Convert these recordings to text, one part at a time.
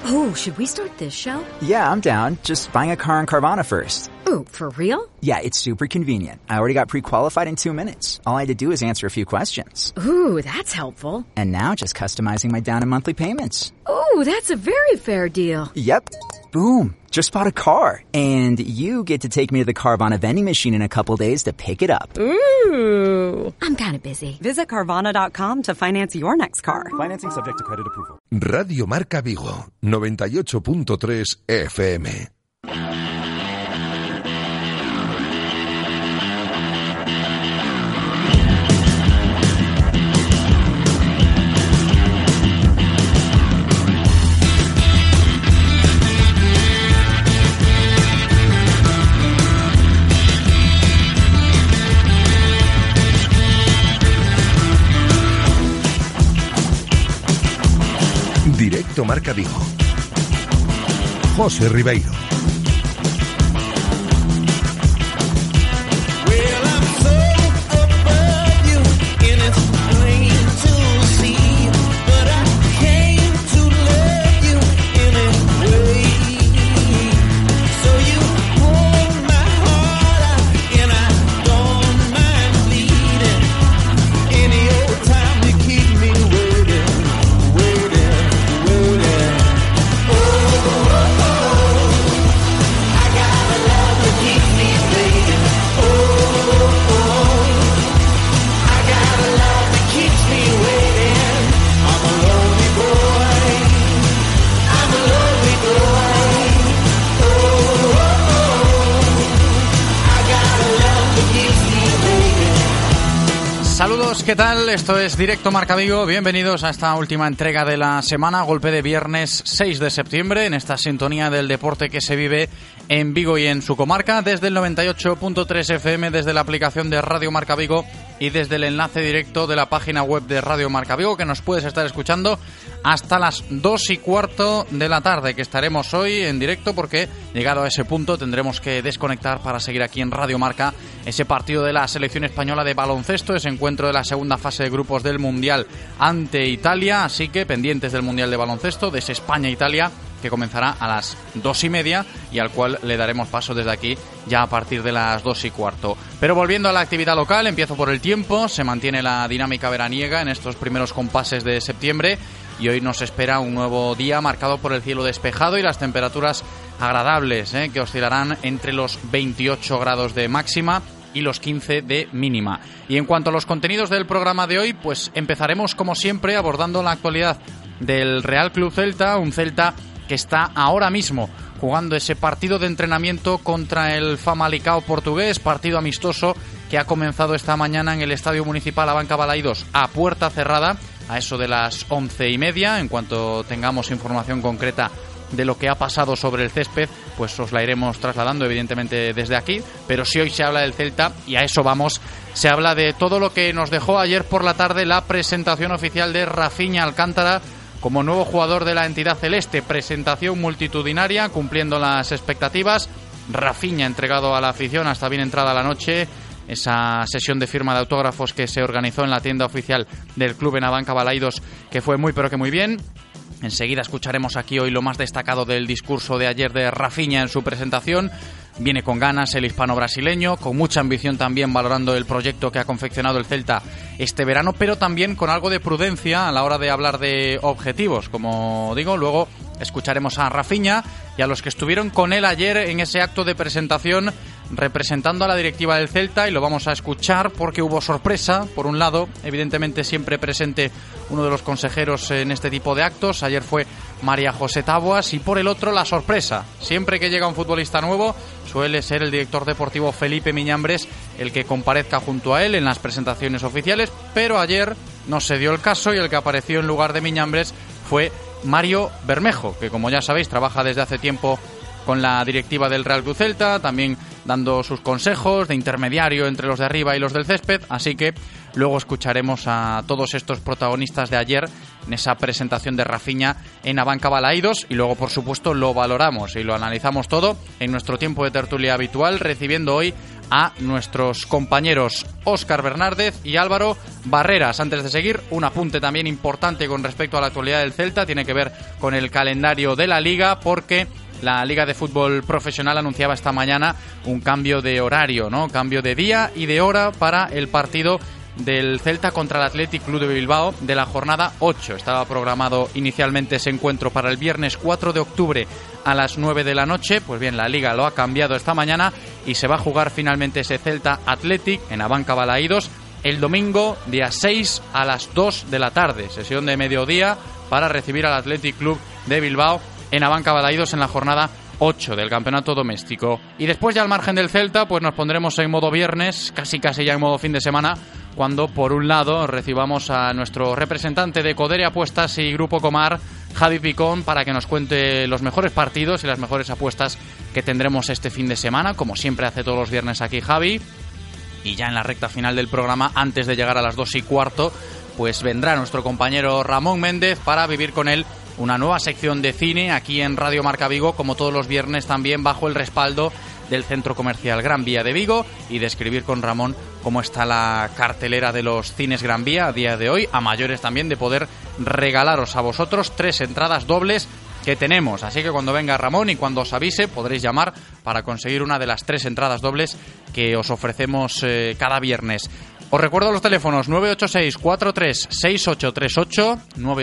Oh, should we start this show? Yeah, I'm down. Just buying a car on Carvana first. Ooh, for real? Yeah, it's super convenient. I already got pre-qualified in 2 minutes. All I had to do is answer a few questions. Ooh, that's helpful. And now just customizing my down and monthly payments. Ooh, that's a very fair deal. Yep. Boom. Just bought a car. And you get to take me to the Carvana vending machine in a couple days to pick it up. Ooh. I'm kind of busy. Visit Carvana.com to finance your next car. Financing subject to credit approval. Radio Marca Vigo, 98.3 FM. Directo Marca Vigo. José Ribeiro. Saludos, ¿qué tal? Esto es Directo Marca Vigo. Bienvenidos a esta última entrega de la semana, golpe de viernes 6 de septiembre, en esta sintonía del deporte que se vive en Vigo y en su comarca, desde el 98.3 FM, desde la aplicación de Radio Marca Vigo y desde el enlace directo de la página web de Radio Marca Vigo, que nos puedes estar escuchando hasta las 2:15 de la tarde, que estaremos hoy en directo porque, llegado a ese punto, tendremos que desconectar para seguir aquí en Radio Marca ese partido de la selección española de baloncesto, ese encuentro de la segunda fase de grupos del Mundial ante Italia, así que pendientes del Mundial de baloncesto, de ese España-Italia, que comenzará a las 2:30 y al cual le daremos paso desde aquí ya a partir de las 2:15. Pero volviendo a la actividad local, empiezo por el tiempo. Se mantiene la dinámica veraniega en estos primeros compases de septiembre y hoy nos espera un nuevo día marcado por el cielo despejado y las temperaturas agradables, que oscilarán entre los 28 grados de máxima y los 15 de mínima. Y en cuanto a los contenidos del programa de hoy, pues empezaremos como siempre abordando la actualidad del Real Club Celta, un Celta que está ahora mismo jugando ese partido de entrenamiento contra el Famalicão portugués, partido amistoso que ha comenzado esta mañana en el Estadio Municipal Abanca Balaidos a puerta cerrada, a eso de las 11:30. En cuanto tengamos información concreta de lo que ha pasado sobre el césped, pues os la iremos trasladando evidentemente desde aquí, pero si hoy se habla del Celta, y a eso vamos, se habla de todo lo que nos dejó ayer por la tarde la presentación oficial de Rafinha Alcántara como nuevo jugador de la entidad celeste. Presentación multitudinaria, cumpliendo las expectativas. Rafinha entregado a la afición hasta bien entrada la noche. Esa sesión de firma de autógrafos que se organizó en la tienda oficial del club en Abanca Balaidos, que fue muy pero que muy bien. Enseguida escucharemos aquí hoy lo más destacado del discurso de ayer de Rafinha en su presentación. Viene con ganas el hispano-brasileño, con mucha ambición también valorando el proyecto que ha confeccionado el Celta este verano, pero también con algo de prudencia a la hora de hablar de objetivos. Como digo, luego escucharemos a Rafinha y a los que estuvieron con él ayer en ese acto de presentación representando a la directiva del Celta, y lo vamos a escuchar porque hubo sorpresa. Por un lado, evidentemente siempre presente uno de los consejeros en este tipo de actos, ayer fue María José Taboas, y por el otro la sorpresa. Siempre que llega un futbolista nuevo suele ser el director deportivo Felipe Miñambres el que comparezca junto a él en las presentaciones oficiales, pero ayer no se dio el caso y el que apareció en lugar de Miñambres fue Mario Bermejo, que como ya sabéis trabaja desde hace tiempo con la directiva del Real Club Celta, también dando sus consejos de intermediario entre los de arriba y los del césped, así que luego escucharemos a todos estos protagonistas de ayer en esa presentación de Rafinha en Abanca Balaidos, y luego por supuesto lo valoramos y lo analizamos todo en nuestro tiempo de tertulia habitual, recibiendo hoy a nuestros compañeros Óscar Bernárdez y Álvaro Barreras. Antes de seguir, un apunte también importante con respecto a la actualidad del Celta, tiene que ver con el calendario de la Liga, porque la Liga de Fútbol Profesional anunciaba esta mañana un cambio de horario, ¿no? Cambio de día y de hora para el partido del Celta contra el Athletic Club de Bilbao de la jornada 8. Estaba programado inicialmente ese encuentro para el viernes 4 de octubre a las 9 de la noche. Pues bien, la Liga lo ha cambiado esta mañana y se va a jugar finalmente ese Celta Athletic en Abanca Balaídos el domingo día 6 a las 2 de la tarde. Sesión de mediodía para recibir al Athletic Club de Bilbao en Abanca Balaídos en la jornada 8 del campeonato doméstico. Y después, ya al margen del Celta, pues nos pondremos en modo viernes, casi ya en modo fin de semana, cuando por un lado recibamos a nuestro representante de Codere Apuestas y Grupo Comar, Javi Picón, para que nos cuente los mejores partidos y las mejores apuestas que tendremos este fin de semana, como siempre hace todos los viernes aquí Javi. Y ya en la recta final del programa, antes de llegar a las 2:15, pues vendrá nuestro compañero Ramón Méndez para vivir con él una nueva sección de cine aquí en Radio Marca Vigo, como todos los viernes, también bajo el respaldo del Centro Comercial Gran Vía de Vigo, y describir con Ramón cómo está la cartelera de los cines Gran Vía a día de hoy, a mayores también de poder regalaros a vosotros 3 entradas dobles que tenemos. Así que cuando venga Ramón y cuando os avise, podréis llamar para conseguir una de las 3 entradas dobles que os ofrecemos cada viernes. Os recuerdo los teléfonos: 986-43-6838,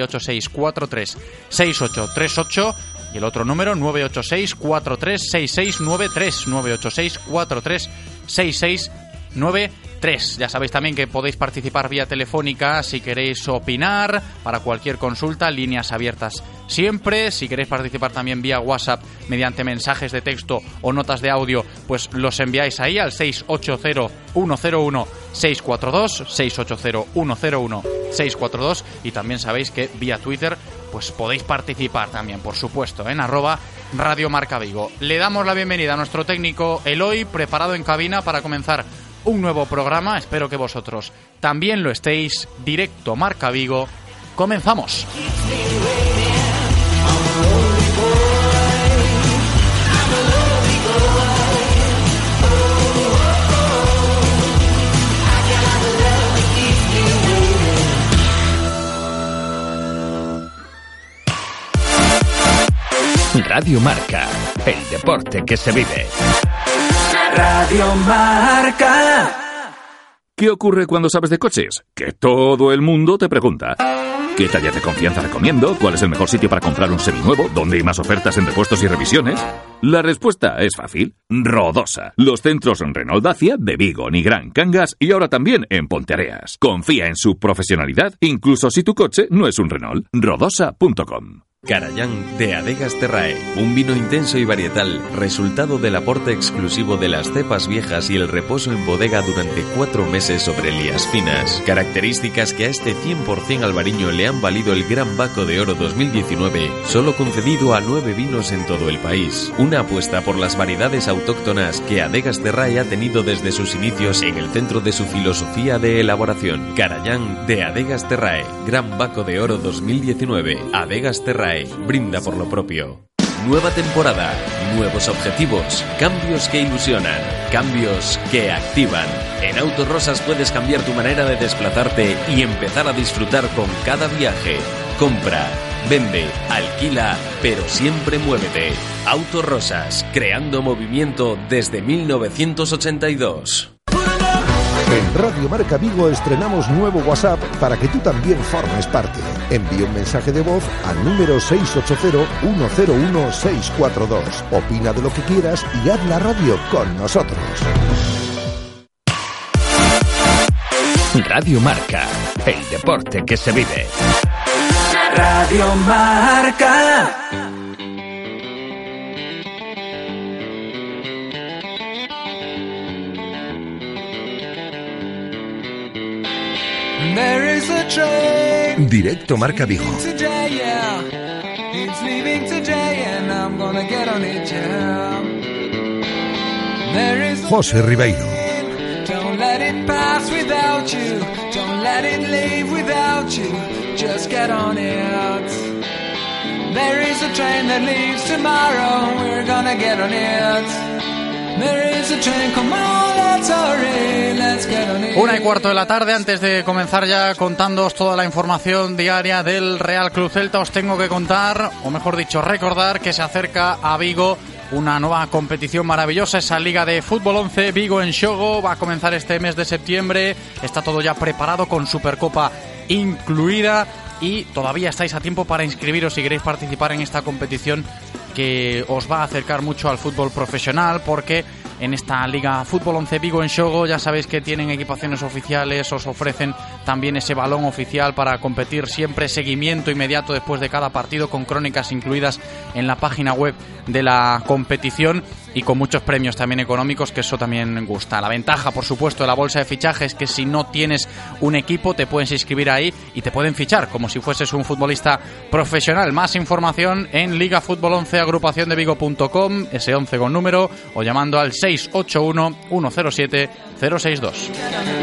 986-43-6838, y el otro número 986-43-6693, 986-43-6693. Ya sabéis también que podéis participar vía telefónica si queréis opinar, para cualquier consulta, líneas abiertas siempre. Si queréis participar también vía WhatsApp mediante mensajes de texto o notas de audio, pues los enviáis ahí al 680-101-642, 680-101-642, y también sabéis que vía Twitter pues podéis participar también, por supuesto, en @Radio Marca Vigo. Le damos la bienvenida a nuestro técnico Eloy, preparado en cabina para comenzar un nuevo programa. Espero que vosotros también lo estéis. Directo Marca Vigo, comenzamos. Radio Marca, el deporte que se vive. Radio Marca. ¿Qué ocurre cuando sabes de coches? Que todo el mundo te pregunta: ¿qué talla de confianza recomiendo? ¿Cuál es el mejor sitio para comprar un seminuevo? ¿Dónde hay más ofertas en repuestos y revisiones? La respuesta es fácil: Rodosa. Los centros Renault Dacia de Vigo, Nigrán, Cangas y ahora también en Ponteareas. Confía en su profesionalidad, incluso si tu coche no es un Renault. Rodosa.com. Carallán de Adegas Terrae, un vino intenso y varietal, resultado del aporte exclusivo de las cepas viejas y el reposo en bodega durante 4 meses sobre lías finas. Características que a este 100% albariño le han valido el Gran Baco de Oro 2019, solo concedido a 9 vinos en todo el país. Una apuesta por las variedades autóctonas que Adegas Terrae ha tenido desde sus inicios en el centro de su filosofía de elaboración. Carallán de Adegas Terrae, Gran Baco de Oro 2019. Adegas Terrae, brinda por lo propio. Nueva temporada, nuevos objetivos, cambios que ilusionan, cambios que activan. En Autorosas puedes cambiar tu manera de desplazarte y empezar a disfrutar con cada viaje. Compra, vende, alquila, pero siempre muévete. Autorosas, creando movimiento desde 1982. En Radio Marca Vigo estrenamos nuevo WhatsApp para que tú también formes parte. Envía un mensaje de voz al número 680-101-642. Opina de lo que quieras y haz la radio con nosotros. Radio Marca, el deporte que se vive. Radio Marca. Directo Marca Vigo. José Ribeiro. Don't let it pass without you. Don't let it leave without you. Just get on it. There is a train that leaves tomorrow. We're gonna get on it. There is a train, come on, let's hurry, let's get on it. 1:15 de la tarde. Antes de comenzar ya contándoos toda la información diaria del Real Club Celta, os tengo que contar, o mejor dicho, recordar que se acerca a Vigo una nueva competición maravillosa, esa Liga de Fútbol 11 Vigo en Xogo. Va a comenzar este mes de septiembre, está todo ya preparado con Supercopa incluida y todavía estáis a tiempo para inscribiros si queréis participar en esta competición que os va a acercar mucho al fútbol profesional, porque en esta Liga Fútbol 11 Vigo en Xogo ya sabéis que tienen equipaciones oficiales, os ofrecen también ese balón oficial para competir, siempre seguimiento inmediato después de cada partido con crónicas incluidas en la página web de la competición y con muchos premios también económicos, que eso también gusta. La ventaja, por supuesto, de la bolsa de fichajes es que si no tienes un equipo te puedes inscribir ahí y te pueden fichar como si fueses un futbolista profesional. Más información en Liga Fútbol 11 agrupaciondevigo.com, ese 11 con número, o llamando al 681 107 062.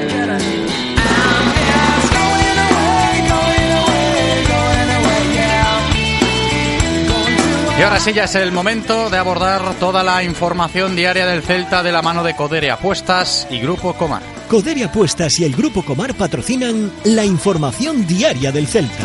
Y ahora sí, ya es el momento de abordar toda la información diaria del Celta de la mano de Codere Apuestas y Grupo Comar. Codere Apuestas y el Grupo Comar patrocinan la información diaria del Celta.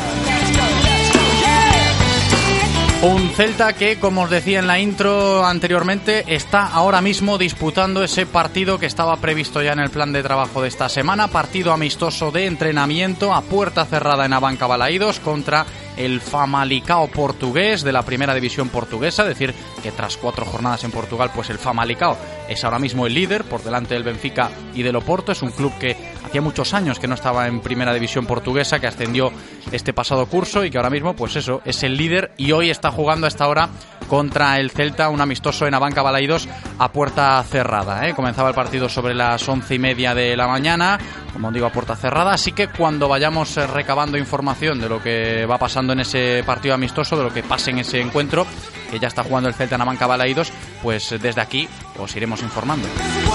Un Celta que, como os decía en la intro anteriormente, está ahora mismo disputando ese partido que estaba previsto ya en el plan de trabajo de esta semana, partido amistoso de entrenamiento a puerta cerrada en Abanca Balaídos contra el Famalicão portugués de la primera división portuguesa. Decir que tras 4 jornadas en Portugal, pues el Famalicão es ahora mismo el líder por delante del Benfica y del Oporto. Es un club que hacía muchos años que no estaba en primera división portuguesa, que ascendió este pasado curso y que ahora mismo, pues eso, es el líder y hoy está jugando a esta hora contra el Celta, un amistoso en Abanca Balaídos a puerta cerrada. Comenzaba el partido sobre las 11:30 de la mañana, como digo, a puerta cerrada, así que cuando vayamos recabando información de lo que va pasando en ese partido amistoso, de lo que pase en ese encuentro, que ya está jugando el Celta en Abanca Balaídos, pues desde aquí os iremos informando.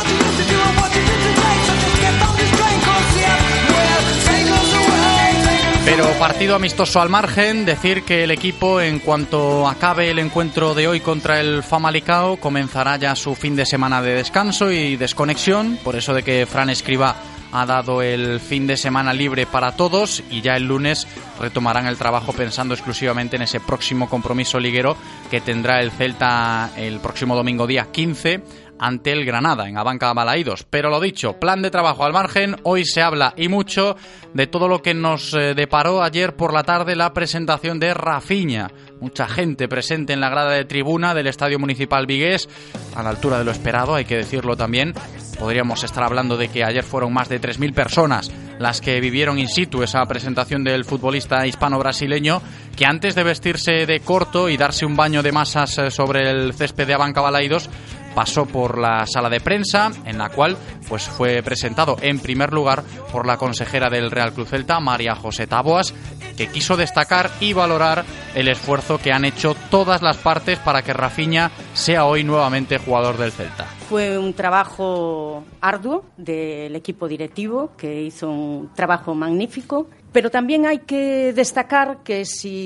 Pero partido amistoso al margen, decir que el equipo, en cuanto acabe el encuentro de hoy contra el Famalicão, comenzará ya su fin de semana de descanso y desconexión, por eso de que Fran Escribá ha dado el fin de semana libre para todos y ya el lunes retomarán el trabajo pensando exclusivamente en ese próximo compromiso liguero que tendrá el Celta el próximo domingo día 15 ante el Granada en Abanca Balaídos. Pero lo dicho, plan de trabajo al margen, hoy se habla y mucho de todo lo que nos deparó ayer por la tarde la presentación de Rafinha. Mucha gente presente en la grada de tribuna del Estadio Municipal vigués, a la altura de lo esperado, hay que decirlo también. Podríamos estar hablando de que ayer fueron más de 3.000 personas las que vivieron in situ esa presentación del futbolista hispano-brasileño, que antes de vestirse de corto y darse un baño de masas sobre el césped de Abanca Balaídos, pasó por la sala de prensa, en la cual pues fue presentado en primer lugar por la consejera del Real Club Celta, María José Taboas, que quiso destacar y valorar el esfuerzo que han hecho todas las partes para que Rafinha sea hoy nuevamente jugador del Celta. Fue un trabajo arduo del equipo directivo, que hizo un trabajo magnífico, pero también hay que destacar que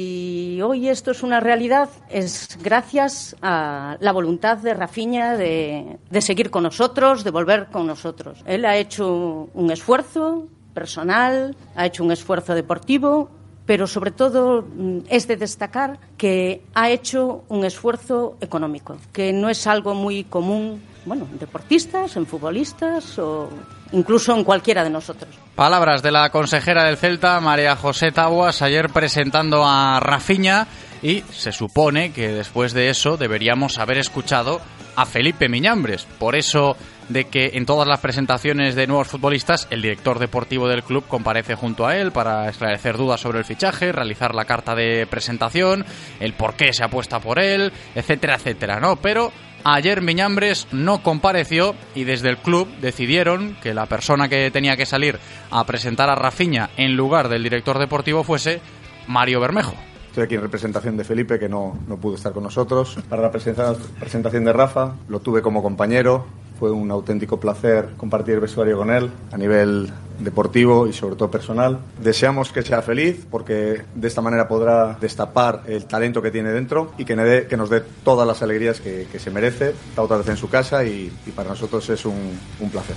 si hoy esto es una realidad es gracias a la voluntad de Rafinha de seguir con nosotros, de volver con nosotros. Él ha hecho un esfuerzo personal, ha hecho un esfuerzo deportivo, pero sobre todo es de destacar que ha hecho un esfuerzo económico, que no es algo muy común, bueno, en deportistas, en futbolistas o incluso en cualquiera de nosotros. Palabras de la consejera del Celta, María José Taboas, ayer presentando a Rafinha, y se supone que después de eso deberíamos haber escuchado a Felipe Miñambres. Por eso de que en todas las presentaciones de nuevos futbolistas el director deportivo del club comparece junto a él para esclarecer dudas sobre el fichaje, realizar la carta de presentación, el por qué se apuesta por él, etcétera, etcétera, ¿no? Pero ayer Miñambres no compareció y desde el club decidieron que la persona que tenía que salir a presentar a Rafinha en lugar del director deportivo fuese Mario Bermejo. Estoy aquí en representación de Felipe, que no pudo estar con nosotros. Para la presentación de Rafa, lo tuve como compañero. Fue un auténtico placer compartir vestuario con él a nivel deportivo y sobre todo personal. Deseamos que sea feliz porque de esta manera podrá destapar el talento que tiene dentro y que nos dé todas las alegrías que se merece. Está otra vez en su casa y para nosotros es un placer.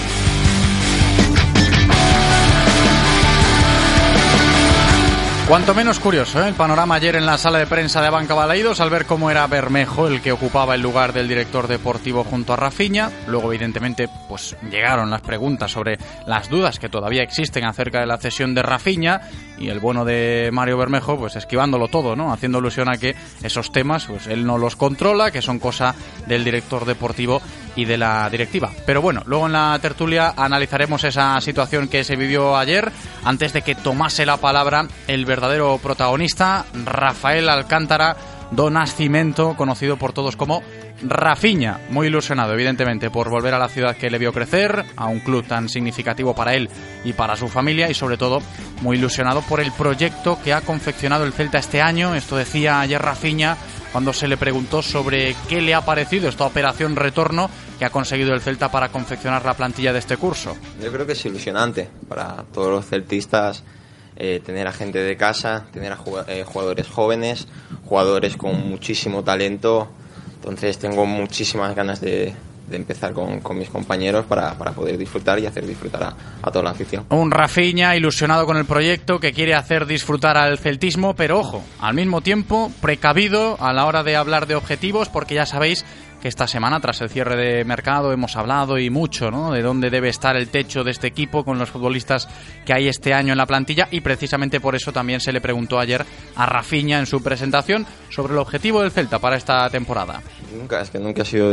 Cuanto menos curioso, el panorama ayer en la sala de prensa de Abanca Balaidos al ver cómo era Bermejo el que ocupaba el lugar del director deportivo junto a Rafinha. Luego, evidentemente, pues llegaron las preguntas sobre las dudas que todavía existen acerca de la cesión de Rafinha y el bueno de Mario Bermejo, pues esquivándolo todo, ¿no? Haciendo alusión a que esos temas, pues él no los controla, que son cosa del director deportivo y de la directiva. Pero bueno, luego en la tertulia analizaremos esa situación que se vivió ayer, antes de que tomase la palabra el verdadero protagonista, Rafael Alcántara do Nascimento, conocido por todos como Rafinha, muy ilusionado evidentemente por volver a la ciudad que le vio crecer, a un club tan significativo para él y para su familia, y sobre todo muy ilusionado por el proyecto que ha confeccionado el Celta este año. Esto decía ayer Rafinha cuando se le preguntó sobre qué le ha parecido esta operación retorno que ha conseguido el Celta para confeccionar la plantilla de este curso. Yo creo que es ilusionante para todos los celtistas. Tener a gente de casa, tener a jugadores jóvenes, jugadores con muchísimo talento. Entonces tengo muchísimas ganas de empezar con mis compañeros para poder disfrutar y hacer disfrutar a toda la afición. Un Rafinha ilusionado con el proyecto, que quiere hacer disfrutar al celtismo, pero ojo, al mismo tiempo precavido a la hora de hablar de objetivos, porque ya sabéis que esta semana, tras el cierre de mercado, hemos hablado y mucho, ¿no?, de dónde debe estar el techo de este equipo con los futbolistas que hay este año en la plantilla, y precisamente por eso también se le preguntó ayer a Rafinha en su presentación sobre el objetivo del Celta para esta temporada. Nunca ha sido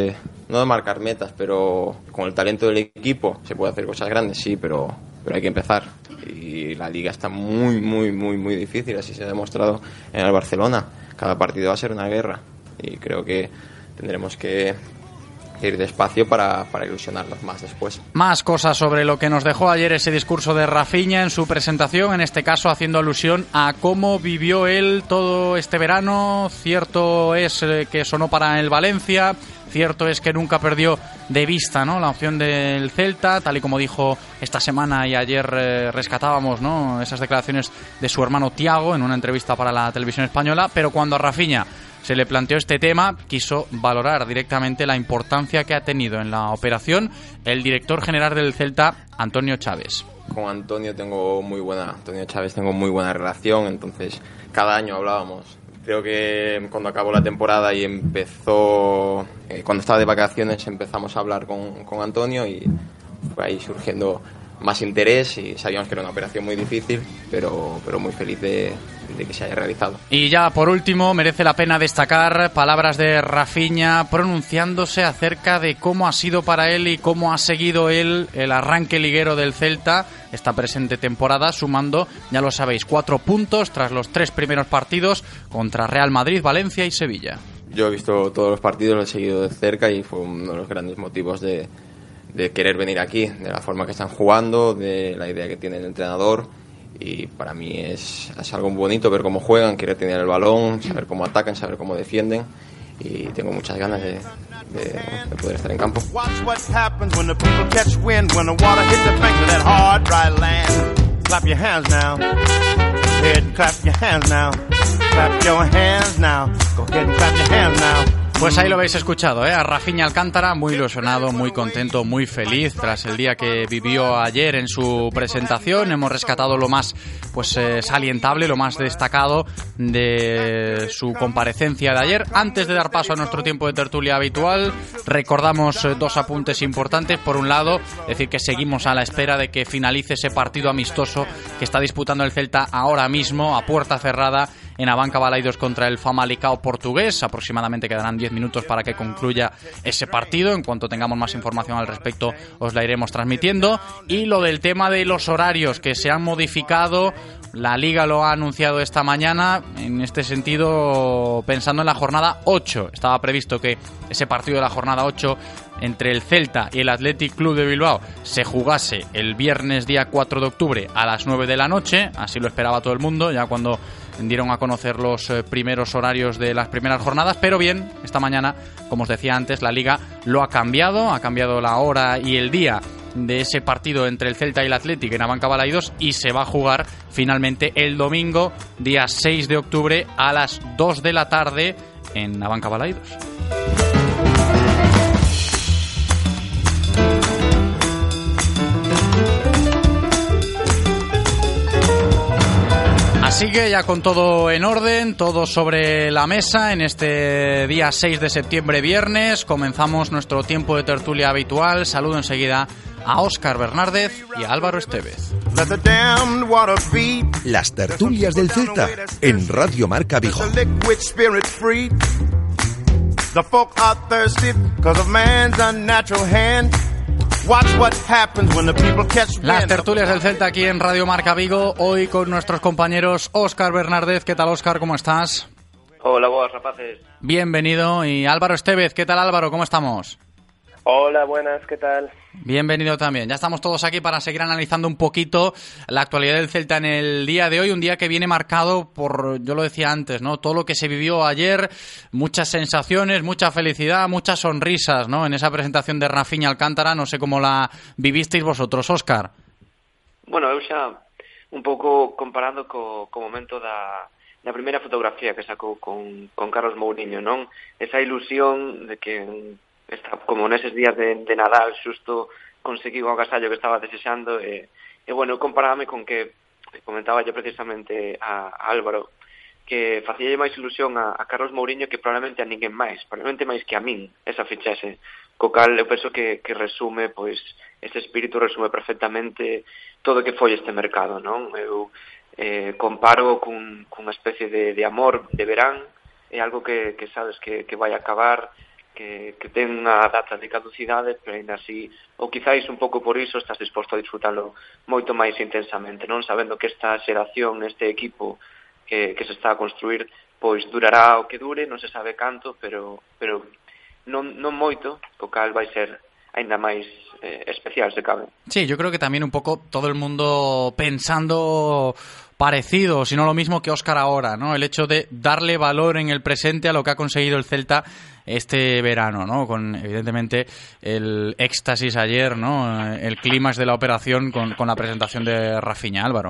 no de marcar metas, pero con el talento del equipo se puede hacer cosas grandes, sí, pero hay que empezar. Y la liga está muy, muy, muy, muy difícil, así se ha demostrado en el Barcelona. Cada partido va a ser una guerra y creo que tendremos que ir despacio para ilusionarnos más después. Más cosas sobre lo que nos dejó ayer ese discurso de Rafinha en su presentación, en este caso haciendo alusión a cómo vivió él todo este verano. Cierto es que sonó para el Valencia, cierto es que nunca perdió de vista, ¿no?, la opción del Celta, tal y como dijo esta semana, y ayer rescatábamos, ¿no?, esas declaraciones de su hermano Thiago en una entrevista para la televisión española. Pero cuando a Rafinha se le planteó este tema, quiso valorar directamente la importancia que ha tenido en la operación el director general del Celta, Antonio Chávez. Con Antonio Chávez tengo muy buena relación, entonces cada año hablábamos. Creo que cuando acabó la temporada y empezó, cuando estaba de vacaciones, empezamos a hablar con Antonio y fue ahí surgiendo más interés, y sabíamos que era una operación muy difícil, pero muy feliz de que se haya realizado. Y ya por último, merece la pena destacar palabras de Rafinha pronunciándose acerca de cómo ha sido para él y cómo ha seguido él el arranque liguero del Celta esta presente temporada, sumando, ya lo sabéis, 4 puntos tras los 3 primeros partidos contra Real Madrid, Valencia y Sevilla. Yo he visto todos los partidos, lo he seguido de cerca y fue uno de los grandes motivos de querer venir aquí, de la forma que están jugando, de la idea que tiene el entrenador, y para mí es algo bonito ver cómo juegan, querer tener el balón, saber cómo atacan, saber cómo defienden, y tengo muchas ganas de poder estar en campo. Pues ahí lo habéis escuchado, a Rafinha Alcántara, muy ilusionado, muy contento, muy feliz tras el día que vivió ayer en su presentación. Hemos rescatado lo más salientable, lo más destacado de su comparecencia de ayer. Antes de dar paso a nuestro tiempo de tertulia habitual, recordamos 2 apuntes importantes. Por un lado, decir que seguimos a la espera de que finalice ese partido amistoso que está disputando el Celta ahora mismo a puerta cerrada en Abanca Balaidos contra el Famalicão portugués. Aproximadamente quedarán 10 minutos para que concluya ese partido. En cuanto tengamos más información al respecto, os la iremos transmitiendo. Y lo del tema de los horarios que se han modificado, la Liga lo ha anunciado esta mañana. En este sentido, pensando en la jornada 8, estaba previsto que ese partido de la jornada 8 entre el Celta y el Athletic Club de Bilbao se jugase el viernes día 4 de octubre a las 9 de la noche. Así lo esperaba todo el mundo, ya cuando dieron a conocer los primeros horarios de las primeras jornadas, pero bien, esta mañana, como os decía antes, la Liga lo ha cambiado la hora y el día de ese partido entre el Celta y el Athletic en Abanca Balaidos, y se va a jugar finalmente el domingo, día 6 de octubre, a las 2 de la tarde en Abanca Balaidos. Así que ya con todo en orden, todo sobre la mesa, en este día 6 de septiembre, viernes, comenzamos nuestro tiempo de tertulia habitual. Saludo enseguida a Óscar Bernárdez y a Álvaro Estevez. Las tertulias del Celta en Radio Marca Vigo. Las tertulias del Celta aquí en Radio Marca Vigo, hoy con nuestros compañeros Óscar Bernárdez. ¿Qué tal, Óscar? ¿Cómo estás? Hola, buenas, rapaces. Bienvenido. Y Álvaro Estevez. ¿Qué tal, Álvaro? ¿Cómo estamos? Hola, buenas, ¿qué tal? Bienvenido también. Ya estamos todos aquí para seguir analizando un poquito la actualidad del Celta en el día de hoy, un día que viene marcado por, yo lo decía antes, ¿no? Todo lo que se vivió ayer, muchas sensaciones, mucha felicidad, muchas sonrisas, ¿no? En esa presentación de Rafinha Alcántara, no sé cómo la vivisteis vosotros, Óscar. Bueno, eu xa un pouco comparando co momento da primeira fotografía que sacou con Carlos Mourinho, non? Esa ilusión de que está como neses días de Nadal xusto conseguiu o agasallo que estaba desexando e bueno, eu comparábame con que comentaba yo precisamente a Álvaro que facíalle máis ilusión a Carlos Mourinho que probablemente a ninguén máis, probablemente máis que a min esa fichase, co cal eu penso que resume, pois ese espírito resume perfectamente todo o que foi este mercado, non? Eu comparo cunha especie de amor de verán, é algo que sabes que vai acabar, que ten unha data de caducidade, pero ainda así, ou quizáis un pouco por iso, estás disposto a disfrutarlo moito máis intensamente, non? Sabendo que esta xeración, este equipo que se está a construir, pois durará o que dure, non se sabe canto, pero non moito, o cal vai ser ainda máis especial, se cabe. Sí, yo creo que también un poco todo el mundo pensando parecido, si no lo mismo que Óscar ahora, ¿no? El hecho de darle valor en el presente a lo que ha conseguido el Celta este verano, ¿no? Con, evidentemente, el éxtasis ayer, ¿no? El clímax de la operación con la presentación de Rafinha. Álvaro.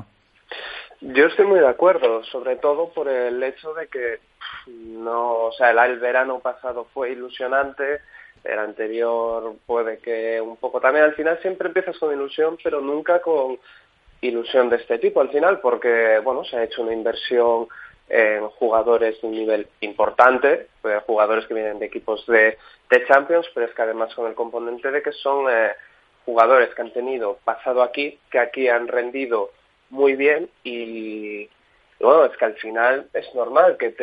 Yo estoy muy de acuerdo, sobre todo por el hecho de que no, o sea, el verano pasado fue ilusionante, el anterior puede que un poco también. Al final siempre empiezas con ilusión, pero nunca con ilusión de este tipo al final, porque bueno, se ha hecho una inversión en jugadores de un nivel importante, jugadores que vienen de equipos de Champions, pero es que además con el componente de que son jugadores que han tenido pasado aquí, que aquí han rendido muy bien y bueno, es que al final es normal que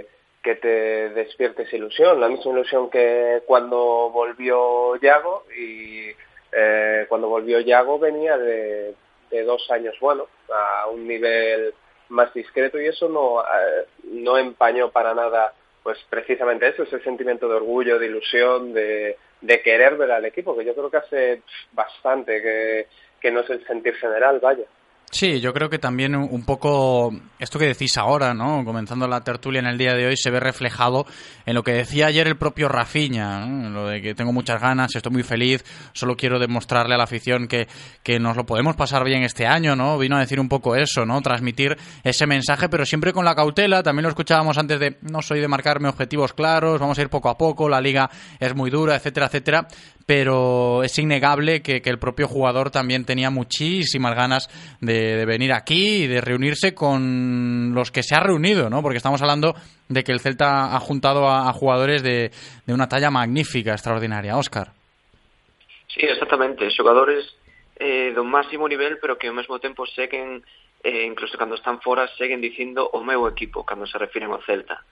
te despiertes ilusión, la misma ilusión que cuando volvió Yago, y cuando volvió Yago venía de 2 años, bueno, a un nivel más discreto, y eso no empañó para nada, pues precisamente eso, ese sentimiento de orgullo, de ilusión, de querer ver al equipo, que yo creo que hace bastante que no es el sentir general, vaya. Sí, yo creo que también un poco esto que decís ahora, ¿no? Comenzando la tertulia en el día de hoy, se ve reflejado en lo que decía ayer el propio Rafinha, ¿no? Lo de que tengo muchas ganas, estoy muy feliz, solo quiero demostrarle a la afición que nos lo podemos pasar bien este año, ¿no? Vino a decir un poco eso, ¿no? Transmitir ese mensaje, pero siempre con la cautela. También lo escuchábamos antes de, no soy de marcarme objetivos claros, vamos a ir poco a poco, la liga es muy dura, etcétera, etcétera. Pero es innegable que el propio jugador también tenía muchísimas ganas de venir aquí y de reunirse con los que se ha reunido, ¿no? Porque estamos hablando de que el Celta ha juntado a jugadores de una talla magnífica, extraordinaria. Óscar. Sí, exactamente. Xogadores do máximo nivel, pero que ao mesmo tempo seguen, incluso cando están fora, seguen dicindo o meu equipo, cando se refiren ao Celta.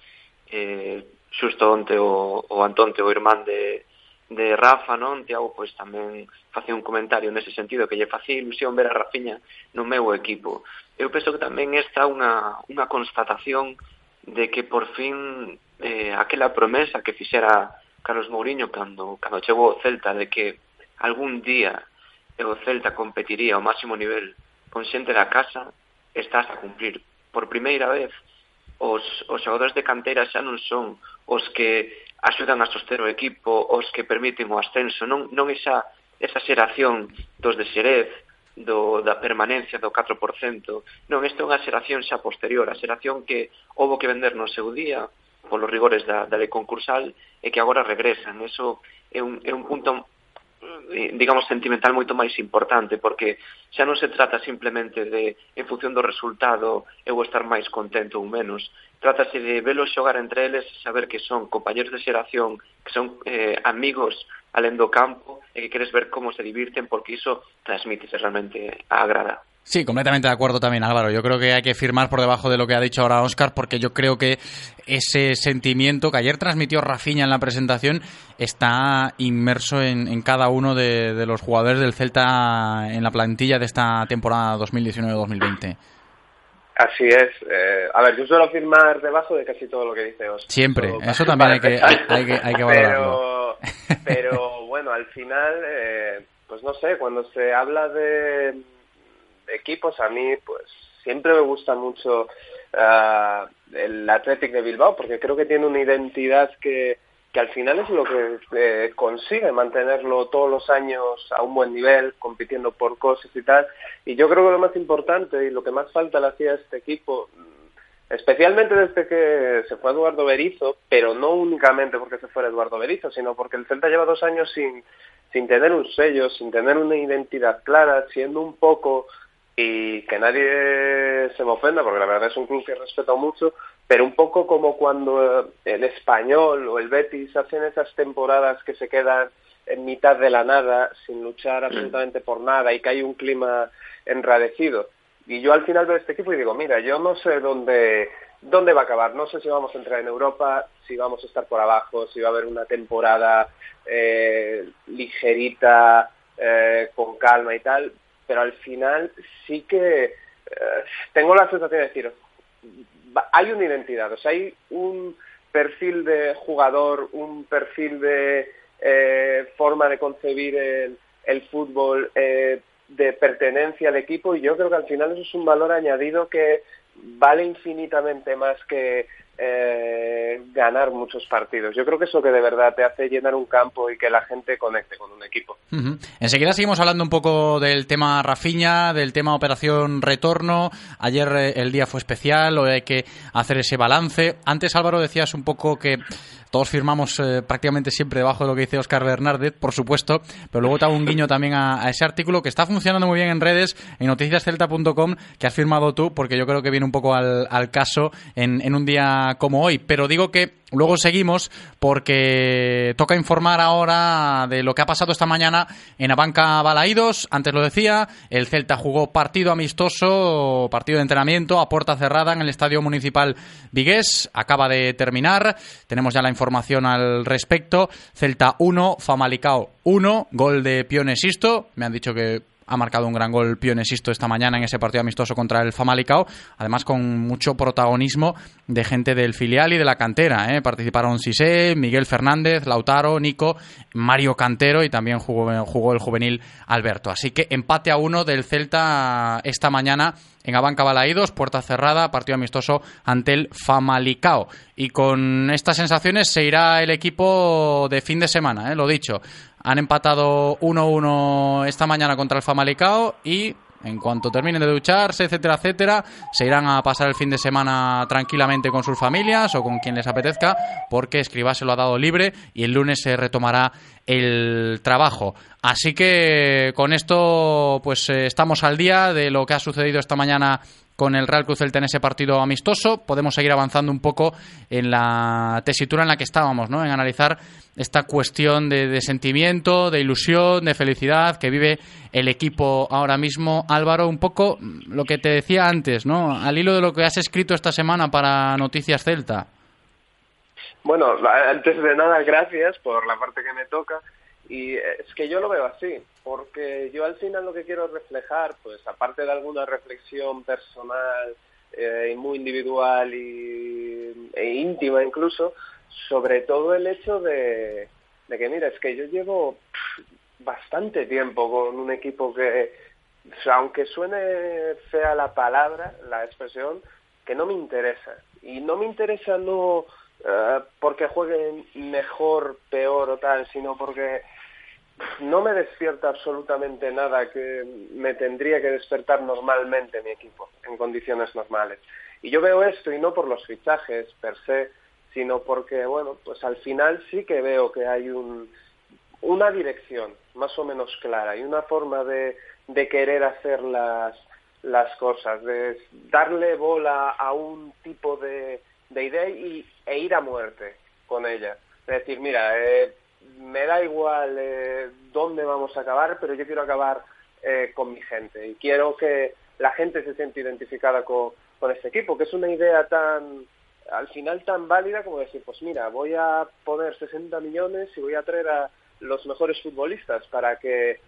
Xusto onte o Antonte, o irmán de Rafa, non? Tiago, pois tamén facía un comentario nese sentido, que lle facía ilusión ver a Rafinha no meu equipo. Eu penso que tamén está unha constatación de que por fin aquela promesa que fixera Carlos Mourinho cando chegou ao Celta, de que algún día o Celta competiría ao máximo nivel con xente da casa, estás a cumplir. Por primeira vez os xogadores de canteira xa non son os que axudan a soster o equipo, os que permiten o ascenso, non esa xeración dos de Xerez, da permanencia do 4%, non, isto é unha xeración xa posterior, a xeración que houbo que vender no seu día polos rigores da lei concursal e que agora regresan. Eso é un punto, digamos, sentimental moito máis importante, porque xa non se trata simplemente de, en función do resultado, eu estar máis contento ou menos. Trátase de velos xogar entre eles, saber que son compañeros de xeración, que son amigos alén do campo, e que queres ver como se divirten, porque iso transmite realmente a agrada. Sí, completamente de acuerdo también, Álvaro. Yo creo que hay que firmar por debajo de lo que ha dicho ahora Óscar, porque yo creo que ese sentimiento que ayer transmitió Rafinha en la presentación está inmerso en cada uno de los jugadores del Celta en la plantilla de esta temporada 2019-2020. Así es. A ver, yo suelo firmar debajo de casi todo lo que dice Óscar. Siempre. Eso también hay que valorarlo. Pero bueno, al final, pues no sé, cuando se habla de equipos, a mí pues siempre me gusta mucho el Athletic de Bilbao, porque creo que tiene una identidad que al final es lo que consigue mantenerlo todos los años a un buen nivel, compitiendo por cosas y tal. Y yo creo que lo más importante y lo que más falta le hacía a este equipo, especialmente desde que se fue Eduardo Berizzo, pero no únicamente porque se fuera Eduardo Berizzo, sino porque el Celta lleva 2 años sin tener un sello, sin tener una identidad clara, siendo un poco, y que nadie se me ofenda, porque la verdad es un club que respeto mucho, pero un poco como cuando el Español o el Betis hacen esas temporadas que se quedan en mitad de la nada, sin luchar absolutamente por nada, y que hay un clima enradecido. Y yo al final veo este equipo y digo, mira, yo no sé dónde va a acabar, no sé si vamos a entrar en Europa, si vamos a estar por abajo, si va a haber una temporada ligerita, con calma y tal, pero al final sí que tengo la sensación de decir, hay una identidad, o sea, hay un perfil de jugador, un perfil de forma de concebir el fútbol, de pertenencia al equipo, y yo creo que al final eso es un valor añadido que vale infinitamente más que ganar muchos partidos. Yo creo que eso que de verdad te hace llenar un campo y que la gente conecte con un equipo. Uh-huh. Enseguida seguimos hablando un poco del tema Rafinha, del tema Operación Retorno. Ayer el día fue especial, hoy hay que hacer ese balance. Antes, Álvaro, decías un poco que todos firmamos prácticamente siempre debajo de lo que dice Óscar Bernárdez, por supuesto, pero luego te hago un guiño también a ese artículo que está funcionando muy bien en redes, en noticiascelta.com, que has firmado tú, porque yo creo que viene un poco al caso en un día como hoy. Pero digo que luego seguimos porque toca informar ahora de lo que ha pasado esta mañana en Abanca Balaídos. Antes lo decía, el Celta jugó partido amistoso, partido de entrenamiento a puerta cerrada en el Estadio Municipal Vigués. Acaba de terminar, tenemos ya la información al respecto. Celta 1, Famalicao 1, gol de Pione Sisto. Me han dicho que ha marcado un gran gol Pione Sisto esta mañana en ese partido amistoso contra el Famalicao, además con mucho protagonismo de gente del filial y de la cantera, Participaron Cissé, Miguel Fernández, Lautaro, Nico, Mario Cantero y también jugó el juvenil Alberto. Así que empate a 1 del Celta esta mañana en Abanca Balaídos, puerta cerrada, partido amistoso ante el Famalicao. Y con estas sensaciones se irá el equipo de fin de semana, lo dicho. Han empatado 1-1 esta mañana contra el Famalicao y en cuanto terminen de ducharse, etcétera, etcétera, se irán a pasar el fin de semana tranquilamente con sus familias o con quien les apetezca, porque Escribá se lo ha dado libre y el lunes se retomará el trabajo. Así que con esto pues estamos al día de lo que ha sucedido esta mañana con el Real Cruz Celta en ese partido amistoso. Podemos seguir avanzando un poco en la tesitura en la que estábamos, ¿no? En analizar esta cuestión de sentimiento, de ilusión, de felicidad que vive el equipo ahora mismo. Álvaro, un poco lo que te decía antes, ¿no? Al hilo de lo que has escrito esta semana para Noticias Celta. Bueno, antes de nada, gracias por la parte que me toca. Y es que yo lo veo así, porque yo al final lo que quiero reflejar, pues aparte de alguna reflexión personal y muy individual e íntima incluso, sobre todo el hecho de que, mira, es que yo llevo bastante tiempo con un equipo que, o sea, aunque suene fea la palabra, la expresión, que no me interesa. Y no me interesa no porque jueguen mejor, peor o tal, sino porque no me despierta absolutamente nada que me tendría que despertar normalmente mi equipo, en condiciones normales. Y yo veo esto, y no por los fichajes per se, sino porque, bueno, pues al final sí que veo que hay una dirección más o menos clara y una forma de querer hacer las cosas, de darle bola a un tipo de idea e ir a muerte con ella. Es decir, mira, me da igual dónde vamos a acabar, pero yo quiero acabar con mi gente y quiero que la gente se siente identificada con este equipo, que es una idea al final tan válida como decir, pues mira, voy a poner 60 millones y voy a traer a los mejores futbolistas para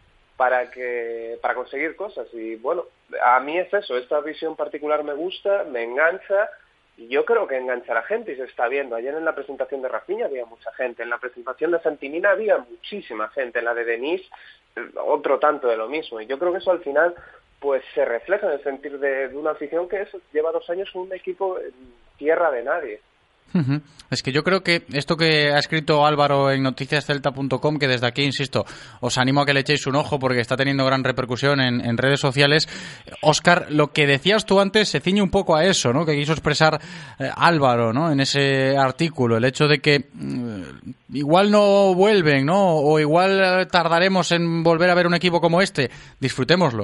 conseguir cosas. Y bueno, a mí es eso, esta visión particular me gusta, me engancha, y yo creo que engancha a la gente y se está viendo. Ayer en la presentación de Rafinha había mucha gente, en la presentación de Santimina había muchísima gente, en la de Denis otro tanto de lo mismo, y yo creo que eso al final pues se refleja en el sentir de una afición que lleva 2 años con un equipo en tierra de nadie. Es que yo creo que esto que ha escrito Álvaro en noticiascelta.com, que desde aquí, insisto, os animo a que le echéis un ojo porque está teniendo gran repercusión en redes sociales. Óscar, lo que decías tú antes se ciñe un poco a eso, ¿no? Que quiso expresar Álvaro, ¿no? En ese artículo, el hecho de que igual no vuelven, ¿no? O igual tardaremos en volver a ver un equipo como este. Disfrutémoslo.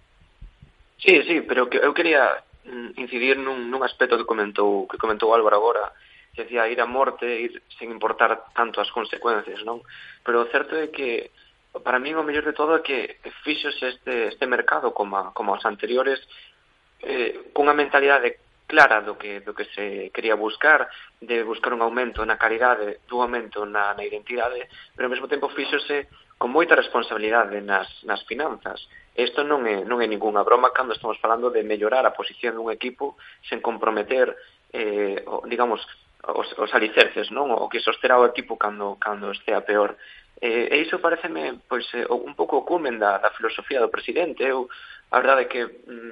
Sí, pero que eu quería incidir nun aspecto que comentou Álvaro agora, que decía ir a morte, ir sen importar tanto as consecuencias, non? Pero o certo é que para mí o mellor de todo é que fíxose este mercado como os anteriores cunha mentalidade clara do que se quería buscar, de buscar un aumento na calidade, dun aumento na identidade, pero ao mesmo tempo fíxose con moita responsabilidade nas finanzas. Isto non é ningunha broma cando estamos falando de mellorar a posición dun equipo sen comprometer, digamos, os alicerces, non? O que sosterá o equipo cando estea peor. E iso pareceme pois un pouco o culmen da filosofía do presidente. Eu, a verdade é que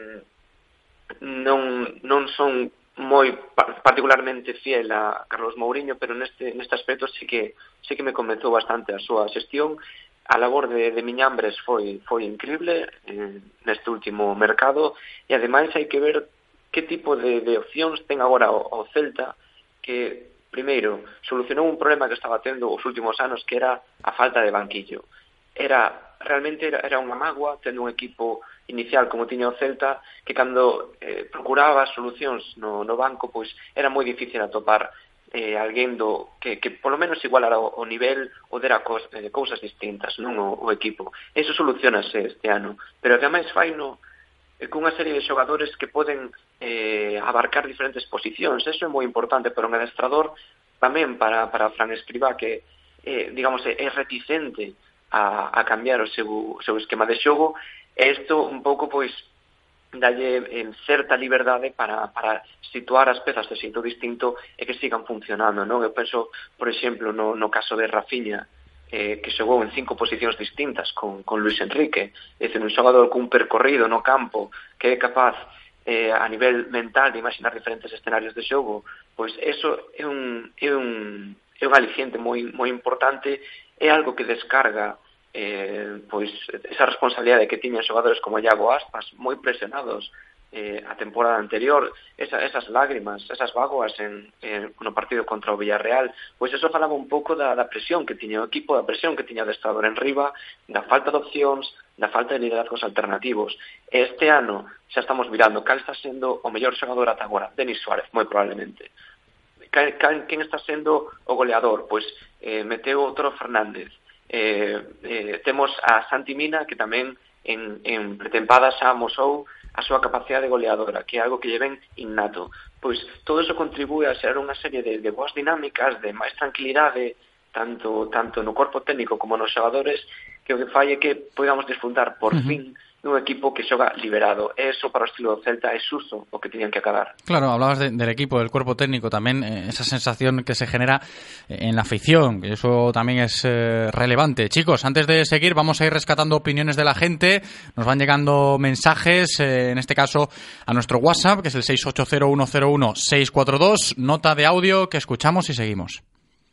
non son moi particularmente fiel a Carlos Mourinho, pero neste aspecto sí que me convenceu bastante a súa xestión. A labor de Miñambres foi increíble neste último mercado, e ademais hai que ver que tipo de opcións ten agora o Celta, que primeiro solucionou un problema que estaba tendo os últimos anos, que era a falta de banquillo. Realmente era unha mágoa tendo un equipo inicial como tiña o Celta, que cando procuraba solucións no banco, pois era moi difícil atopar alguén que polo menos igualara o nivel ou dera cousas distintas, non o equipo. Eso solucionase este ano, pero ademais faino cunha serie de xogadores que poden abarcar diferentes posicións. Eso é moi importante para un adestrador, tamén para Fran Escribá, que digamos é reticente a cambiar o seu esquema de xogo. Isto un pouco pois dalle certa liberdade para situar as pezas de xeito distinto e que sigan funcionando, non? Eu penso, por exemplo, no caso de Rafinha, que xogou en 5 posicións distintas con Luis Enrique, é dicir, un xogador cun percorrido no campo que é capaz a nivel mental de imaginar diferentes escenarios de xogo, pois eso é un aliciente moi importante, é algo que descarga pois esa responsabilidade que tiñan xogadores como Iago Aspas, moi presionados a temporada anterior, esas lágrimas, esas vagoas no partido contra o Villarreal, pois eso falaba un pouco da presión que tiña o equipo, da presión que tiña o adestrador en riba, da falta de opcións, da falta de liderazgos alternativos. Este ano xa estamos mirando cal está sendo o mellor xogador ata agora. Denis Suárez, moi probablemente. Quen está sendo o goleador? Pois Meteo Toro Fernández. Temos a Santimina, que tamén en pretempada xa amosou a súa capacidade goleadora, que é algo que lle ven innato. Pois todo eso contribúe a xerar unha serie de boas dinámicas, de máis tranquilidade, tanto no corpo técnico como nos xogadores, que o que fai é que podamos desfrutar por fin dun equipo que xoga liberado. Eso para o estilo do Celta é xusto o que tenían que acabar. Claro, hablabas del equipo, del cuerpo técnico, también esa sensación que se genera en la afición, que eso también es relevante. Chicos, antes de seguir vamos a ir rescatando opiniones de la gente, nos van llegando mensajes, en este caso a nuestro WhatsApp, que es el 680101642, nota de audio que escuchamos y seguimos.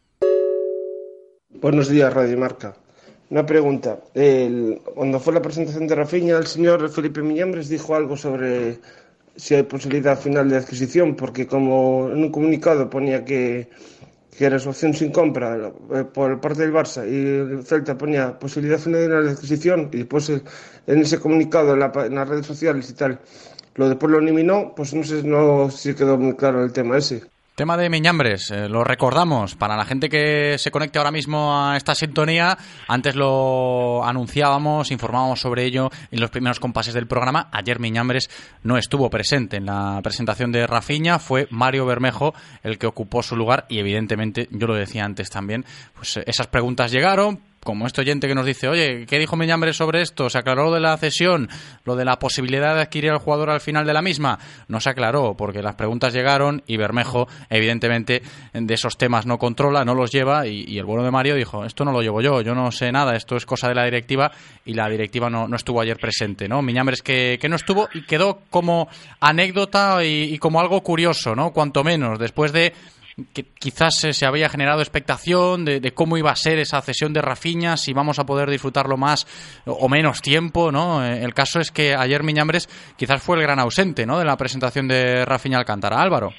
Buenos días, Radio Marca. Una pregunta. Cuando fue la presentación de Rafinha, el señor Felipe Miñambres dijo algo sobre si hay posibilidad final de adquisición, porque como en un comunicado ponía que era su opción sin compra por parte del Barça y el Celta ponía posibilidad final de adquisición, y después en ese comunicado en las redes sociales y tal, después lo eliminó, pues no sé si quedó muy claro el tema ese. Tema de Miñambres, lo recordamos para la gente que se conecte ahora mismo a esta sintonía. Antes lo anunciábamos, informábamos sobre ello en los primeros compases del programa. Ayer Miñambres no estuvo presente en la presentación de Rafinha, fue Mario Bermejo el que ocupó su lugar y evidentemente, yo lo decía antes también, pues esas preguntas llegaron. Como este oyente que nos dice, oye, ¿qué dijo Miñambres sobre esto? ¿Se aclaró lo de la cesión? ¿Lo de la posibilidad de adquirir al jugador al final de la misma? No se aclaró, porque las preguntas llegaron y Bermejo, evidentemente, de esos temas no controla, no los lleva, y el bueno de Mario dijo, esto no lo llevo yo no sé nada, esto es cosa de la directiva, y la directiva no estuvo ayer presente, ¿no? Miñambres que no estuvo y quedó como anécdota y como algo curioso, ¿no? Cuanto menos, después de que quizás se había generado expectación de cómo iba a ser esa cesión de Rafinha, si vamos a poder disfrutarlo más o menos tiempo, ¿no? El caso es que ayer Miñambres quizás fue el gran ausente, ¿no?, de la presentación de Rafinha Alcántara. Álvaro.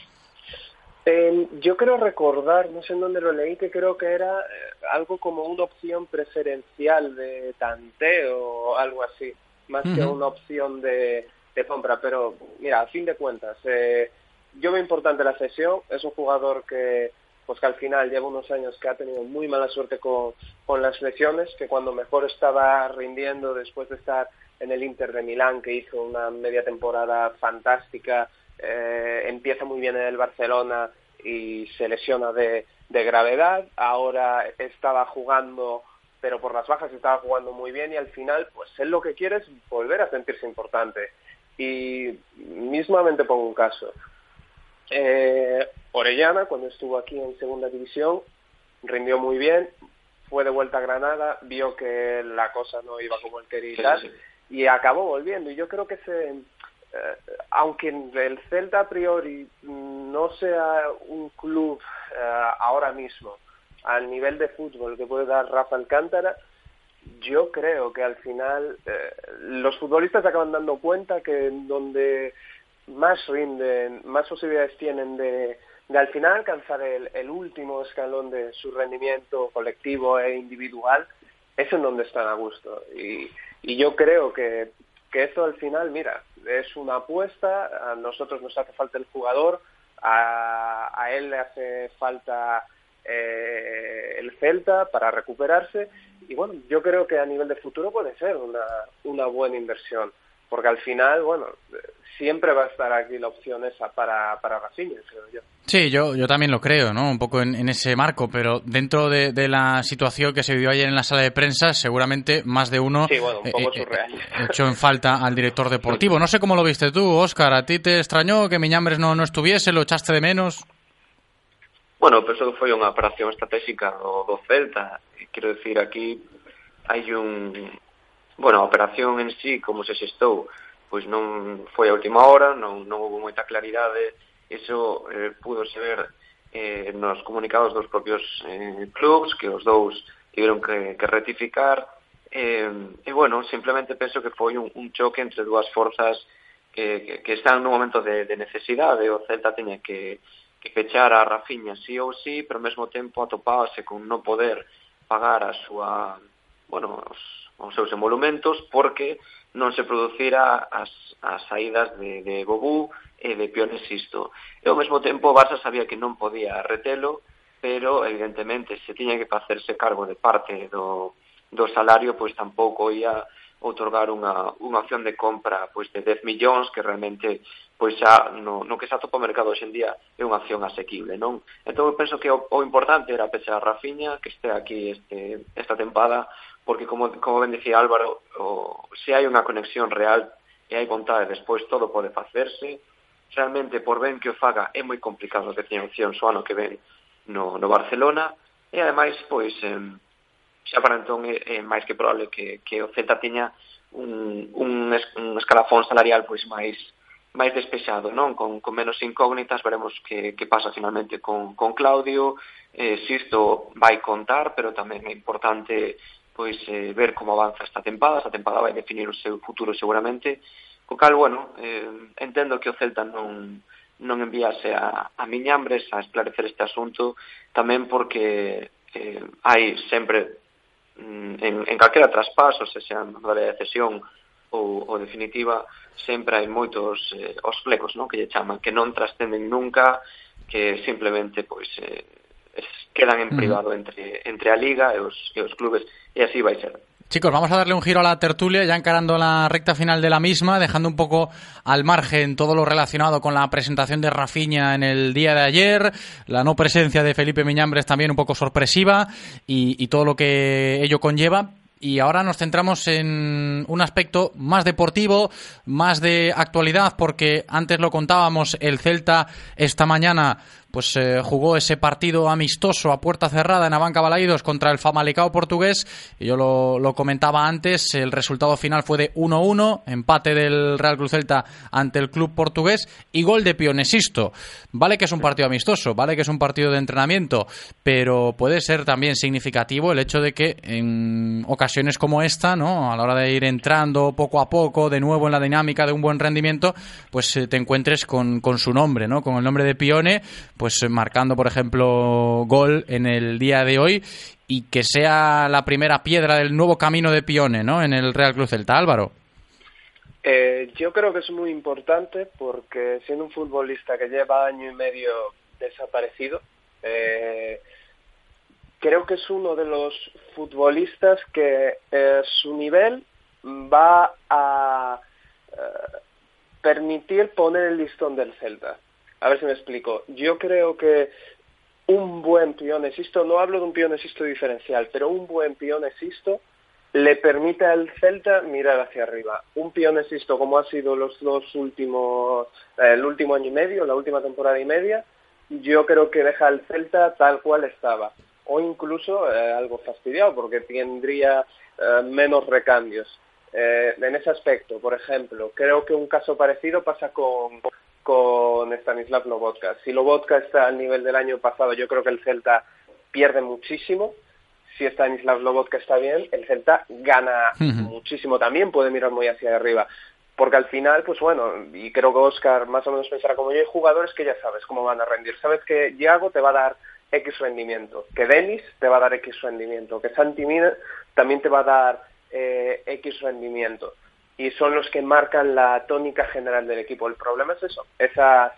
Yo creo recordar, no sé en dónde lo leí, que creo que era algo como una opción preferencial de tanteo o algo así, más que una opción de compra. Pero mira, a fin de cuentas, yo veo importante la cesión. Es un jugador que al final lleva unos años que ha tenido muy mala suerte con las lesiones, que cuando mejor estaba rindiendo después de estar en el Inter de Milán, que hizo una media temporada fantástica, empieza muy bien en el Barcelona y se lesiona de gravedad. Ahora estaba jugando, pero por las bajas estaba jugando muy bien, y al final pues él lo que quiere es volver a sentirse importante. Y mismamente pongo un caso. Orellana, cuando estuvo aquí en segunda división, rindió muy bien, fue de vuelta a Granada, vio que la cosa no iba como él quería y tal, y acabó volviendo. Y yo creo que aunque el Celta a priori no sea un club ahora mismo al nivel de fútbol que puede dar Rafa Alcántara, yo creo que al final los futbolistas acaban dando cuenta que donde más rinden, más posibilidades tienen de al final alcanzar el último escalón de su rendimiento colectivo e individual, es en donde están a gusto. Y yo creo que eso al final, mira, es una apuesta. A nosotros nos hace falta el jugador, a él le hace falta el Celta para recuperarse, y bueno, yo creo que a nivel de futuro puede ser una buena inversión, porque al final, bueno, siempre va a estar aquí la opción esa para Rafinha, creo yo. Sí, yo también lo creo, ¿no? Un poco en ese marco, pero dentro de la situación que se vivió ayer en la sala de prensa, seguramente más de uno un poco surreal. Echó en falta al director deportivo. No sé cómo lo viste tú, Óscar. ¿A ti te extrañó que Miñambres no estuviese? ¿Lo echaste de menos? Bueno, penso que foi unha operación estratégica do Celta. Quero decir, aquí hai a operación en sí, como se xestou, pois non foi a última hora, non houve moita claridade. Eso púdose ver nos comunicados dos propios clubs, que os dous tiveron que rectificar. Bueno, simplemente penso que foi un choque entre dúas forzas que están nun momento de necesidade. O Celta teña que pechar a Rafinha sí ou sí, pero ao mesmo tempo atopábase con non poder pagar os seus emolumentos, porque non se producira as saídas de Bobú e de Pione Sisto. E ao mesmo tempo o Barça sabía que non podía retelo, pero evidentemente se tiña que facerse cargo de parte do salario, pois tampouco ia outorgar unha opción de compra pois de 10 millóns, que realmente pois xa no que se atopa o mercado hoxe en día é unha opción asequible, non? Entón eu penso que o importante era pechar a Rafinha, que este aquí esta tempada, porque como ben dicía Álvaro, se hai unha conexión real e hai vontade, despois todo pode facerse. Realmente, por ben que o faga, é moi complicado que teña opcións o ano que ven no Barcelona, e ademais, pois, xa para entón é máis que probable que o Celta teña un escalafón salarial pois máis despexado, non? Con menos incógnitas. Veremos que pasa finalmente con Claudio, se isto vai contar, pero tamén é importante pois ver como avanza esta tempada vai definir o seu futuro seguramente, co cal, bueno, entendo que o Celta non enviase a Miñambres a esclarecer este asunto, tamén porque hai sempre en calquera traspaso, se xa en modalidade de cesión ou definitiva, sempre hai moitos os flecos, non? Que lle chaman, que non trascenden nunca, que simplemente pois quedan en privado entre a Liga e os clubes, e así vai ser. Chicos, vamos a darle un giro a la tertulia, ya encarando la recta final de la misma, dejando un poco al margen todo lo relacionado con la presentación de Rafinha en el día de ayer, la no presencia de Felipe Miñambres también un poco sorpresiva y todo lo que ello conlleva. Y ahora nos centramos en un aspecto más deportivo, más de actualidad, porque antes lo contábamos, el Celta esta mañana pues jugó ese partido amistoso a puerta cerrada en Abanca Balaídos contra el Famalicão portugués, y yo lo comentaba antes, el resultado final fue de 1-1, empate del Real Cruz Celta ante el club portugués y gol de Pione Sisto. Vale que es un partido amistoso, vale que es un partido de entrenamiento, pero puede ser también significativo el hecho de que en ocasiones como esta, ¿no?, a la hora de ir entrando poco a poco de nuevo en la dinámica de un buen rendimiento, pues te encuentres con su nombre, ¿no?, con el nombre de Pione, pues marcando, por ejemplo, gol en el día de hoy, y que sea la primera piedra del nuevo camino de Pione, ¿no?, en el Real Cruz Celta. Álvaro. Yo creo que es muy importante porque siendo un futbolista que lleva año y medio desaparecido, creo que es uno de los futbolistas que su nivel va a permitir poner el listón del Celta. A ver si me explico. Yo creo que un buen Pione Sisto, no hablo de un Pione Sisto diferencial, pero un buen Pione Sisto le permite al Celta mirar hacia arriba. Un Pione Sisto como ha sido el último año y medio, la última temporada y media, yo creo que deja al Celta tal cual estaba. O incluso algo fastidiado, porque tendría menos recambios. En ese aspecto, por ejemplo, creo que un caso parecido pasa con Stanislav Lobotka. Si Lobotka está al nivel del año pasado, yo creo que el Celta pierde muchísimo. Si Stanislav Lobotka está bien, el Celta gana muchísimo también, puede mirar muy hacia arriba. Porque al final, pues bueno, y creo que Óscar más o menos pensará como yo, hay jugadores que ya sabes cómo van a rendir. Sabes que Yago te va a dar X rendimiento, que Denis te va a dar X rendimiento, que Santi Mina también te va a dar X rendimiento. Y son los que marcan la tónica general del equipo. El problema es eso, esas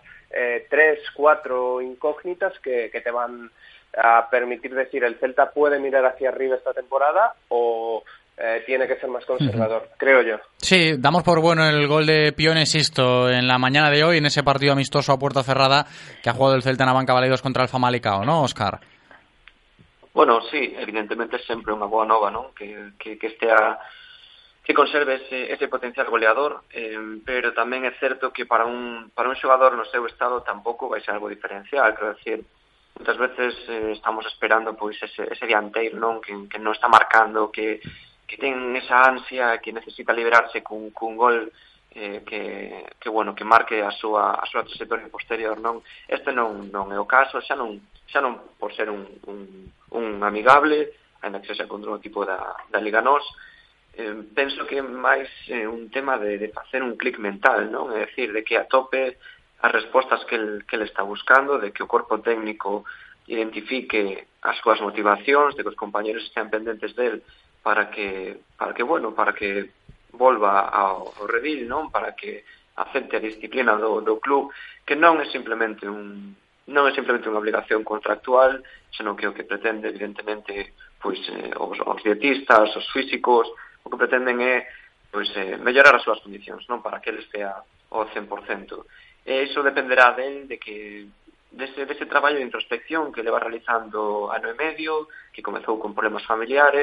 3-4 incógnitas que te van a permitir decir el Celta puede mirar hacia arriba esta temporada o tiene que ser más conservador, creo yo. Sí, damos por bueno el gol de Pione Sisto en la mañana de hoy en ese partido amistoso a puerta cerrada que ha jugado el Celta en Abanca Balaídos contra el Famalicão, ¿no, Óscar? Bueno, sí, evidentemente é sempre unha boa nova, non? Que conserve ese potencial goleador, pero tamén é certo que para un xogador no seu estado tampouco vai ser algo diferencial, quero decir, muitas veces estamos esperando pois ese dianteiro, non? Que non está marcando, que ten esa ansia, que necesita liberarse cun gol que marque a súa trayectoria posterior, non? Este non é o caso, xa non por ser un amigable, ainda que sexa contra un equipo da Liga NOS. Penso que é máis un tema de facer un clic mental, non? É dicir, de que atope as respostas que ele está buscando, de que o corpo técnico identifique as súas motivacións, de que os compañeros estén pendentes del para que volva ao redil, non? Para que acepte a disciplina do club, que non é simplemente unha obligación contractual, senón que o que pretende, evidentemente, pois os dietistas, os físicos, o que pretenden é mellorar as súas condicións, non? Para que ele estea ao 100%. E iso dependerá del dese traballo de introspección que le va realizando ano e medio, que comezou con problemas familiares,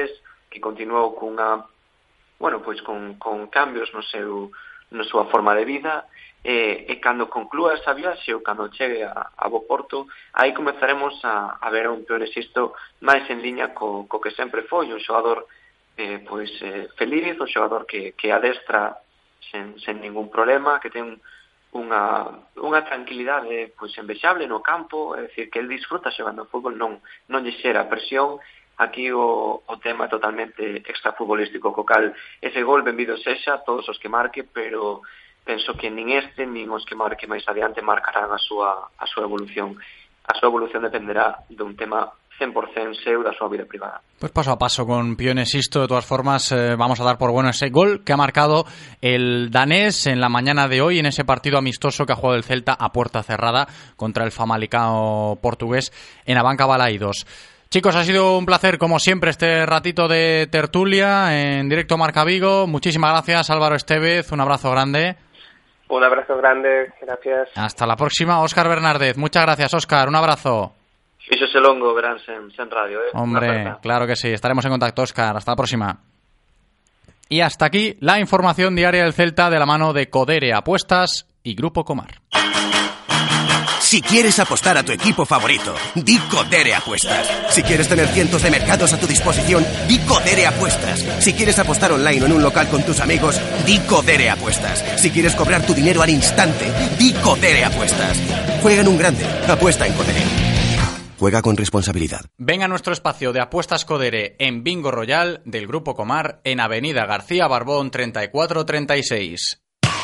continuou pois con cambios na súa forma de vida, e cando conclúa esa viaxe ou cando chegue a bo porto, aí comezaremos a ver un Pionesisto máis en liña co que sempre foi, un xogador feliz, un xogador que adestra sen ningún problema, que ten unha tranquilidade envexable no campo, é dicir, que el disfruta xogando fútbol, non lle xera presión. Aquí o tema é totalmente extrafutbolístico, co cal ese gol benvido sexa, todos os que marque, pero penso que nin os que marque máis adiante marcarán a súa evolución. A súa evolución dependerá dun tema 100% seu da súa vida privada. Pues paso a paso con Pionesisto. De todas formas, vamos a dar por bueno ese gol que ha marcado el danés en la mañana de hoy en ese partido amistoso que ha jugado el Celta a puerta cerrada contra el Famalicão portugués en Abanca Balaidos. Chicos, ha sido un placer, como siempre, este ratito de tertulia en directo Marca Vigo. Muchísimas gracias, Álvaro Estevez. Un abrazo grande. Un abrazo grande, gracias. Hasta la próxima, Óscar Bernárdez. Muchas gracias, Óscar. Un abrazo. Fíxose longo, verán, sen radio, Hombre, claro que sí. Estaremos en contacto, Óscar. Hasta la próxima. Y hasta aquí la información diaria del Celta de la mano de Codere Apuestas y Grupo Comar. Si quieres apostar a tu equipo favorito, di Codere Apuestas. Si quieres tener cientos de mercados a tu disposición, di Codere Apuestas. Si quieres apostar online o en un local con tus amigos, di Codere Apuestas. Si quieres cobrar tu dinero al instante, di Codere Apuestas. Juega en un grande, apuesta en Codere. Juega con responsabilidad. Ven a nuestro espacio de apuestas Codere en Bingo Royal del Grupo Comar en Avenida García Barbón 3436.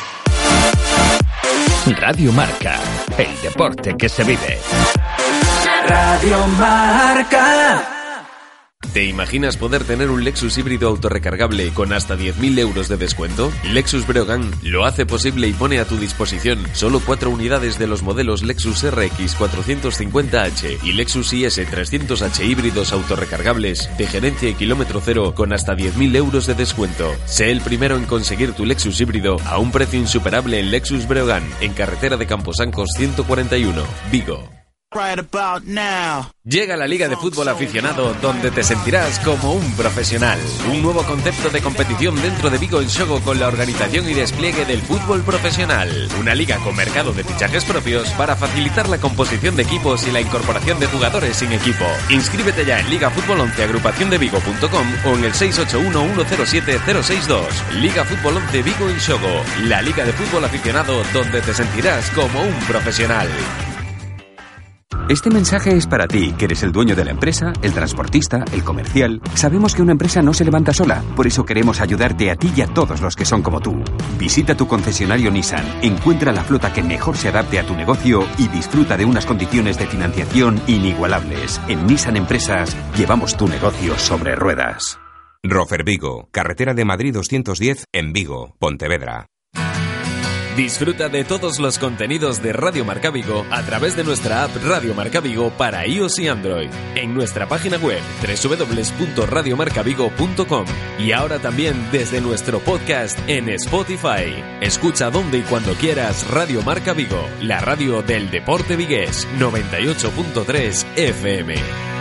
Radio Marca, el deporte que se vive. Radio Marca. ¿Te imaginas poder tener un Lexus híbrido autorrecargable con hasta 10.000 euros de descuento? Lexus Breogán lo hace posible y pone a tu disposición solo 4 unidades de los modelos Lexus RX 450H y Lexus IS 300H híbridos autorrecargables de gerencia y kilómetro cero con hasta 10.000 euros de descuento. Sé el primero en conseguir tu Lexus híbrido a un precio insuperable en Lexus Breogán, en carretera de Camposancos 141, Vigo. Right about now. Llega la Liga de Fútbol Aficionado, donde te sentirás como un profesional. Un nuevo concepto de competición dentro de Vigo en Xogo con la organización y despliegue del fútbol profesional. Una liga con mercado de fichajes propios para facilitar la composición de equipos y la incorporación de jugadores sin equipo. Inscríbete ya en Liga Fútbol 11 agrupaciondevigo.com o en el 681-107-062. Liga Fútbol 11 Vigo en Xogo. La Liga de Fútbol Aficionado, donde te sentirás como un profesional. Este mensaje es para ti, que eres el dueño de la empresa, el transportista, el comercial. Sabemos que una empresa no se levanta sola, por eso queremos ayudarte a ti y a todos los que son como tú. Visita tu concesionario Nissan, encuentra la flota que mejor se adapte a tu negocio y disfruta de unas condiciones de financiación inigualables. En Nissan Empresas llevamos tu negocio sobre ruedas. Rofer Vigo, carretera de Madrid 210 en Vigo, Pontevedra. Disfruta de todos los contenidos de Radio Marca Vigo a través de nuestra app Radio Marca Vigo para iOS y Android, en nuestra página web www.radiomarcavigo.com y ahora también desde nuestro podcast en Spotify. Escucha donde y cuando quieras Radio Marca Vigo, la radio del deporte vigués, 98.3 FM.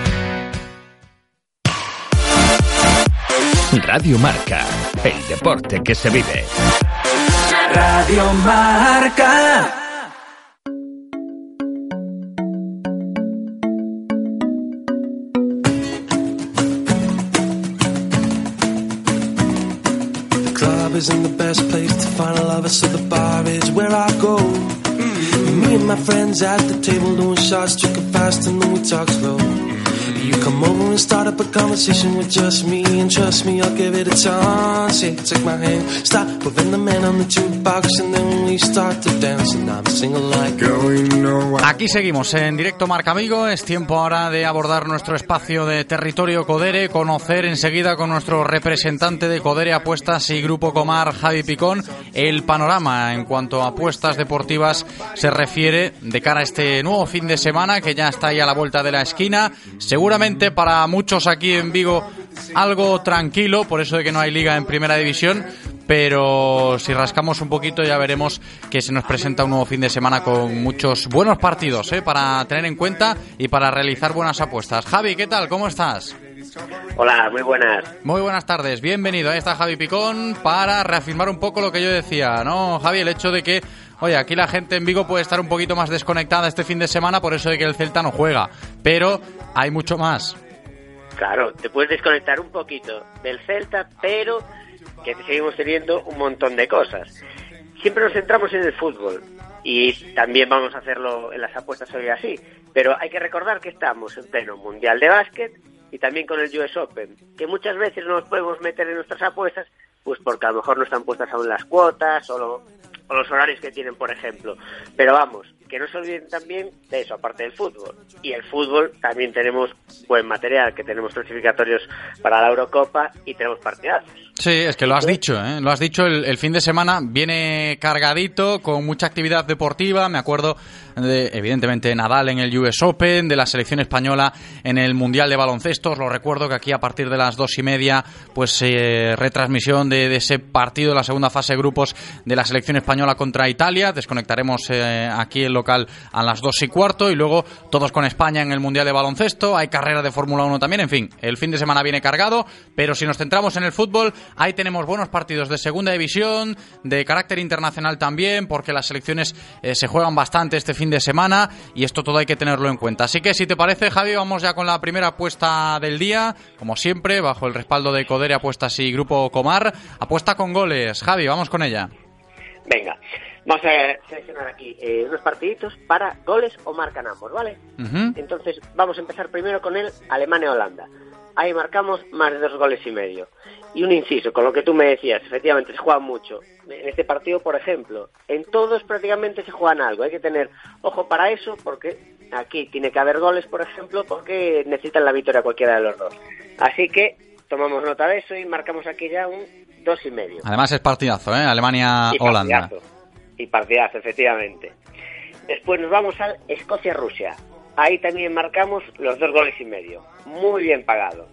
Radio Marca, el deporte que se vive. Radio Marca. The club isn't the best place to find a lover, so the bar is where I go. Me and my friends at the table doing shots, drinking fast and then we talk slow. You come over and start up a conversation with just me, and trust me, I'll give it a chance. Yeah, take my hand, stop moving the man on the jukebox, and then we start to dance, and I'm singing like, girl, you know I... Aquí seguimos en directo Marca Vigo. Es tiempo ahora de abordar nuestro espacio de territorio Codere, conocer enseguida con nuestro representante de Codere Apuestas y Grupo Comar, Javi Picón, el panorama en cuanto a apuestas deportivas se refiere de cara a este nuevo fin de semana que ya está ahí a la vuelta de la esquina. Seguramente para muchos aquí en Vigo algo tranquilo, por eso de que no hay liga en primera división, pero si rascamos un poquito ya veremos que se nos presenta un nuevo fin de semana con muchos buenos partidos para tener en cuenta y para realizar buenas apuestas. Javi, ¿qué tal? ¿Cómo estás? Hola, muy buenas. Muy buenas tardes, bienvenido. Ahí está Javi Picón para reafirmar un poco lo que yo decía, ¿no, Javi? El hecho de que, oye, aquí la gente en Vigo puede estar un poquito más desconectada este fin de semana por eso de que el Celta no juega, pero hay mucho más. Claro, te puedes desconectar un poquito del Celta, pero que seguimos teniendo un montón de cosas. Siempre nos centramos en el fútbol y también vamos a hacerlo en las apuestas hoy así, pero hay que recordar que estamos en pleno Mundial de Básquet y también con el US Open, que muchas veces no nos podemos meter en nuestras apuestas, pues porque a lo mejor no están puestas aún las cuotas o los horarios que tienen, por ejemplo. Pero vamos, que no se olviden también de eso, aparte del fútbol. Y el fútbol también tenemos buen material, que tenemos clasificatorios para la Eurocopa y tenemos partidazos. Sí, es que lo has dicho, ¿eh? Lo has dicho, el fin de semana viene cargadito, con mucha actividad deportiva. Me acuerdo de, evidentemente, Nadal en el US Open, de la selección española en el Mundial de Baloncesto. Os lo recuerdo que aquí a partir de las 2:30, pues retransmisión de ese partido de la segunda fase de grupos de la selección española contra Italia. Desconectaremos aquí el local a las 2:15 y luego todos con España en el Mundial de Baloncesto. Hay carrera de Fórmula 1 también. En fin, el fin de semana viene cargado, pero si nos centramos en el fútbol, ahí tenemos buenos partidos de segunda división, de carácter internacional también, porque las selecciones se juegan bastante este fin de semana y esto todo hay que tenerlo en cuenta. Así que si te parece, Javi, vamos ya con la primera apuesta del día, como siempre, bajo el respaldo de Codere Apuestas y Grupo Comar. Apuesta con goles. Javi, vamos con ella. Venga, vamos a seleccionar aquí unos partiditos para goles o marcan ambos, ¿vale? Entonces vamos a empezar primero con el Alemania-Holanda. Ahí marcamos más de 2 goles y medio. Y un inciso, con lo que tú me decías, efectivamente se juega mucho. En este partido, por ejemplo, en todos prácticamente se juegan algo. Hay que tener ojo para eso, porque aquí tiene que haber goles, por ejemplo, porque necesitan la victoria cualquiera de los dos. Así que tomamos nota de eso y marcamos aquí ya un 2,5. Además es partidazo, Alemania-Holanda. Y partidazo, efectivamente. Después nos vamos al Escocia-Rusia. Ahí también marcamos los 2 goles y medio. Muy bien pagado.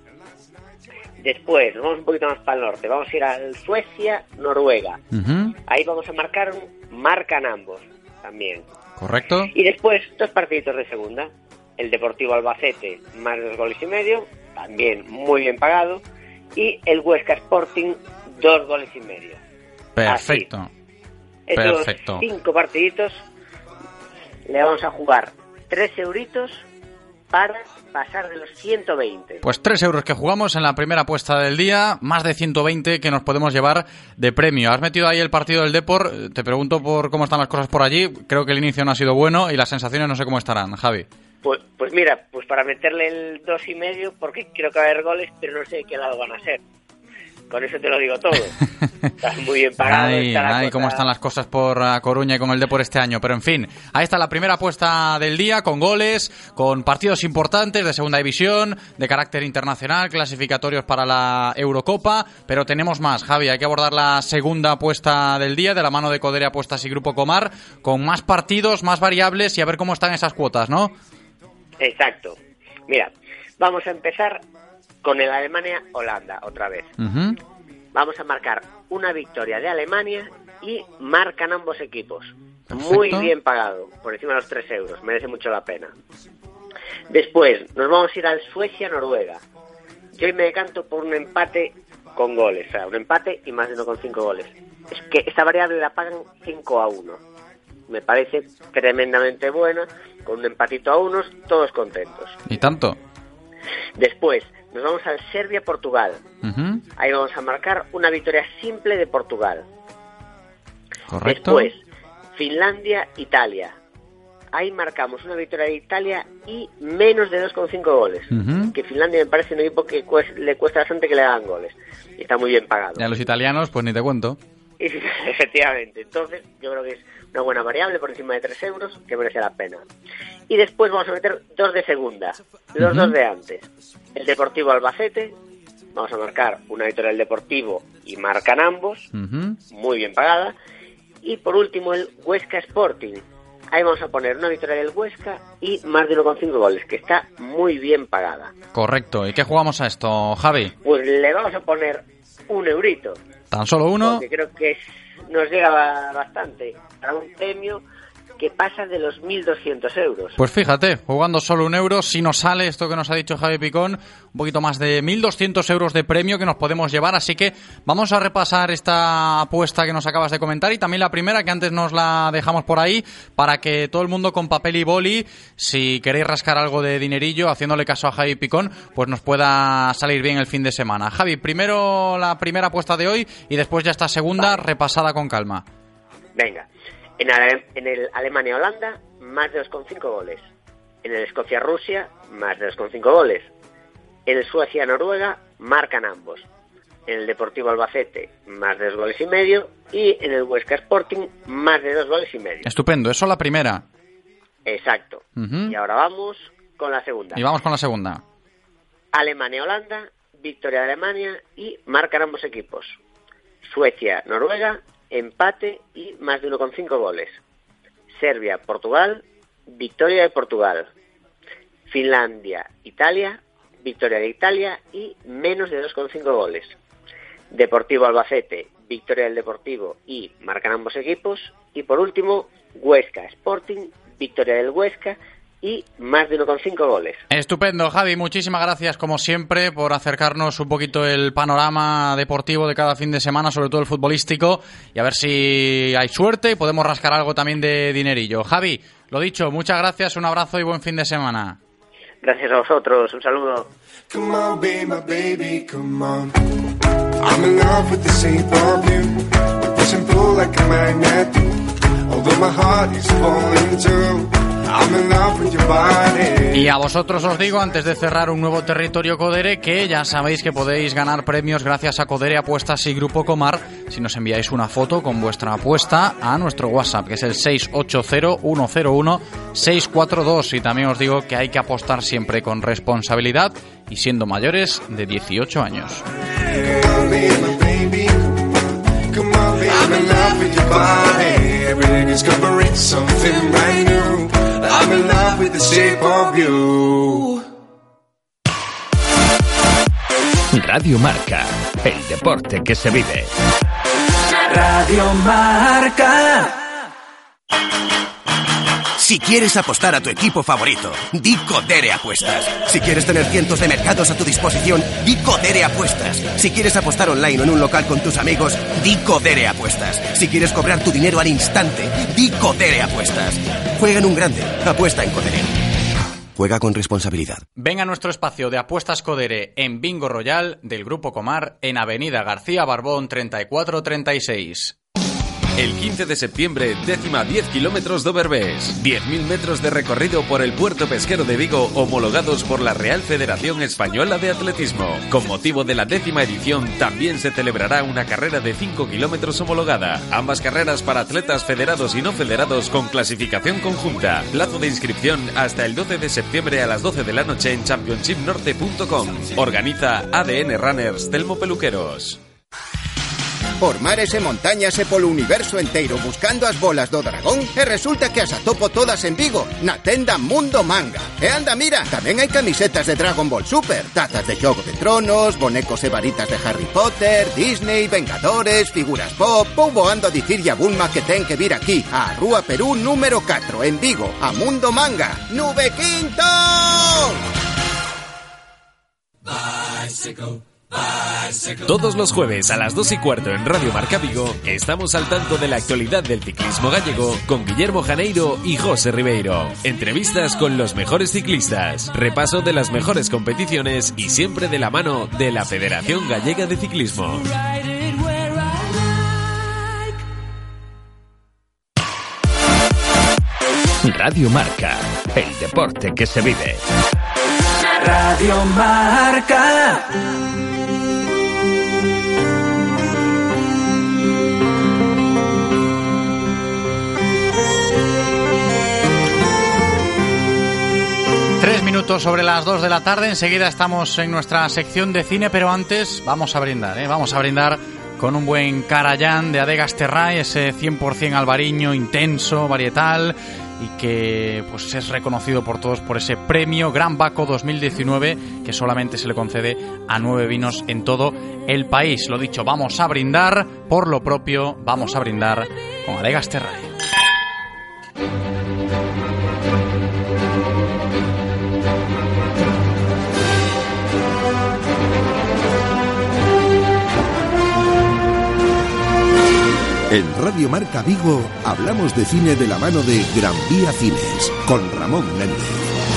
Después, nos vamos un poquito más para el norte. Vamos a ir al Suecia-Noruega. Ahí vamos a marcar marcan ambos también. Correcto. Y después, 2 partiditos de segunda. El Deportivo Albacete, más de 2 goles y medio. También muy bien pagado. Y el Huesca Sporting, 2 goles y medio. Perfecto. Así. Estos 5 partiditos le vamos a jugar 3 euritos para pasar de los 120. Pues 3 euros que jugamos en la primera apuesta del día, más de 120 que nos podemos llevar de premio. Has metido ahí el partido del Depor, te pregunto por cómo están las cosas por allí. Creo que el inicio no ha sido bueno y las sensaciones no sé cómo estarán, Javi. Pues mira, pues para meterle el 2,5, porque creo que va a haber goles, pero no sé de qué lado van a ser. Con eso te lo digo todo. Estás muy bien pagado. Ay, cómo están las cosas por A Coruña y con el Depor este año. Pero en fin, ahí está la primera apuesta del día, con goles, con partidos importantes de segunda división, de carácter internacional, clasificatorios para la Eurocopa. Pero tenemos más, Javi. Hay que abordar la segunda apuesta del día, de la mano de Codere Apuestas y Grupo Comar, con más partidos, más variables y a ver cómo están esas cuotas, ¿no? Exacto. Mira, vamos a empezar con el Alemania-Holanda otra vez. Vamos a marcar una victoria de Alemania y marcan ambos equipos. Perfecto. Muy bien pagado, por encima de los 3 euros. Merece mucho la pena. Después nos vamos a ir al Suecia-Noruega. Yo hoy me decanto por un empate con goles. O sea, un empate y más de 1,5 goles. Es que esta variable la pagan 5-1. Me parece tremendamente buena. Con un empatito a unos, todos contentos. ¿Y tanto? Después nos vamos al Serbia-Portugal. Ahí vamos a marcar una victoria simple de Portugal. Correcto. Después, Finlandia-Italia. Ahí marcamos una victoria de Italia y menos de 2,5 goles. Que Finlandia me parece un equipo que le cuesta bastante que le hagan goles. Y está muy bien pagado. Y a los italianos, pues ni te cuento. Efectivamente. Entonces, yo creo que es una buena variable por encima de 3 euros que merece la pena. Y después vamos a meter 2 de segunda. Los 2 de antes. El Deportivo Albacete. Vamos a marcar una victoria del Deportivo y marcan ambos. Muy bien pagada. Y por último, el Huesca Sporting. Ahí vamos a poner una victoria del Huesca y más de 1,5 goles, que está muy bien pagada. Correcto. ¿Y qué jugamos a esto, Javi? Pues le vamos a poner 1 eurito. ¿Tan solo uno? Porque creo que nos llega bastante para un premio que pasa de los 1.200 euros. Pues fíjate, jugando solo €1, si nos sale esto que nos ha dicho Javi Picón, un poquito más de 1.200 euros de premio que nos podemos llevar, así que vamos a repasar esta apuesta que nos acabas de comentar y también la primera, que antes nos la dejamos por ahí, para que todo el mundo con papel y boli, si queréis rascar algo de dinerillo, haciéndole caso a Javi Picón, pues nos pueda salir bien el fin de semana. Javi, primero la primera apuesta de hoy y después ya esta segunda repasada con calma. Venga. En el Alemania-Holanda, más de 2,5 goles. En el Escocia-Rusia, más de 2,5 goles. En el Suecia-Noruega, marcan ambos. En el Deportivo Albacete, más de 2,5 goles. Y en el Huesca Sporting, más de 2,5 goles. Estupendo, eso la primera. Exacto. Y ahora vamos con la segunda. Y vamos con la segunda. Alemania-Holanda, victoria de Alemania y marcan ambos equipos. Suecia-Noruega, empate y más de 1,5 goles. Serbia-Portugal, victoria de Portugal. Finlandia-Italia, victoria de Italia y menos de 2,5 goles. Deportivo-Albacete, victoria del Deportivo y marcan ambos equipos. Y por último, Huesca-Sporting, victoria del Huesca y más de 1,5 goles. Estupendo, Javi, muchísimas gracias como siempre por acercarnos un poquito el panorama deportivo de cada fin de semana, sobre todo el futbolístico, y a ver si hay suerte y podemos rascar algo también de dinerillo. Javi, lo dicho, muchas gracias, un abrazo y buen fin de semana. Gracias a vosotros, un saludo. Come on, be my baby, come on. I'm in love with the shape of you. We push and pull like a magnet. Although my heart is falling too. Y a vosotros os digo, antes de cerrar un nuevo territorio Codere, que ya sabéis que podéis ganar premios gracias a Codere Apuestas y Grupo Comar si nos enviáis una foto con vuestra apuesta a nuestro WhatsApp, que es el 680-101-642. Y también os digo que hay que apostar siempre con responsabilidad y siendo mayores de 18 años. I'm in love with the shape of you. Radio Marca, el deporte que se vive. Radio Marca. Si quieres apostar a tu equipo favorito, di Codere Apuestas. Si quieres tener cientos de mercados a tu disposición, di Codere Apuestas. Si quieres apostar online o en un local con tus amigos, di Codere Apuestas. Si quieres cobrar tu dinero al instante, di Codere Apuestas. Juega en un grande, apuesta en Codere. Juega con responsabilidad. Venga a nuestro espacio de apuestas Codere en Bingo Royal del Grupo Comar en Avenida García Barbón 3436. El 15 de septiembre, 10 kilómetros de Overbés. 10.000 metros de recorrido por el puerto pesquero de Vigo, homologados por la Real Federación Española de Atletismo. Con motivo de la 10ª edición, también se celebrará una carrera de 5 kilómetros homologada. Ambas carreras para atletas federados y no federados con clasificación conjunta. Plazo de inscripción hasta el 12 de septiembre a las 12 de la noche en championshipnorte.com. Organiza ADN Runners Telmo Peluqueros. Por mares e montañas e polo universo inteiro buscando as bolas do dragón e resulta que as atopo todas en Vigo, na tenda Mundo Manga. E anda, mira, tamén hai camisetas de Dragon Ball Super, tazas de Xogo de Tronos, bonecos e varitas de Harry Potter, Disney, Vengadores, figuras pop. Poubo ando a dicirlle a Bulma que ten que vir aquí, a Rúa Perú número 4, en Vigo, a Mundo Manga. ¡Nube Quinto! Bicycle. Todos los jueves a las 2:15 en Radio Marca Vigo estamos al tanto de la actualidad del ciclismo gallego con Guillermo Janeiro y José Ribeiro. Entrevistas con los mejores ciclistas, repaso de las mejores competiciones y siempre de la mano de la Federación Gallega de Ciclismo. Radio Marca, el deporte que se vive. Radio Marca. Minutos sobre las 2 de la tarde, enseguida estamos en nuestra sección de cine, pero antes vamos a brindar, vamos a brindar con un buen Carayán de Adegas Terray, ese 100% albariño, intenso, varietal y que pues es reconocido por todos por ese premio Gran Baco 2019 que solamente se le concede a 9 vinos en todo el país. Lo dicho, vamos a brindar por lo propio, vamos a brindar con Adegas Terray. En Radio Marca Vigo hablamos de cine de la mano de Gran Vía Cines, con Ramón Méndez.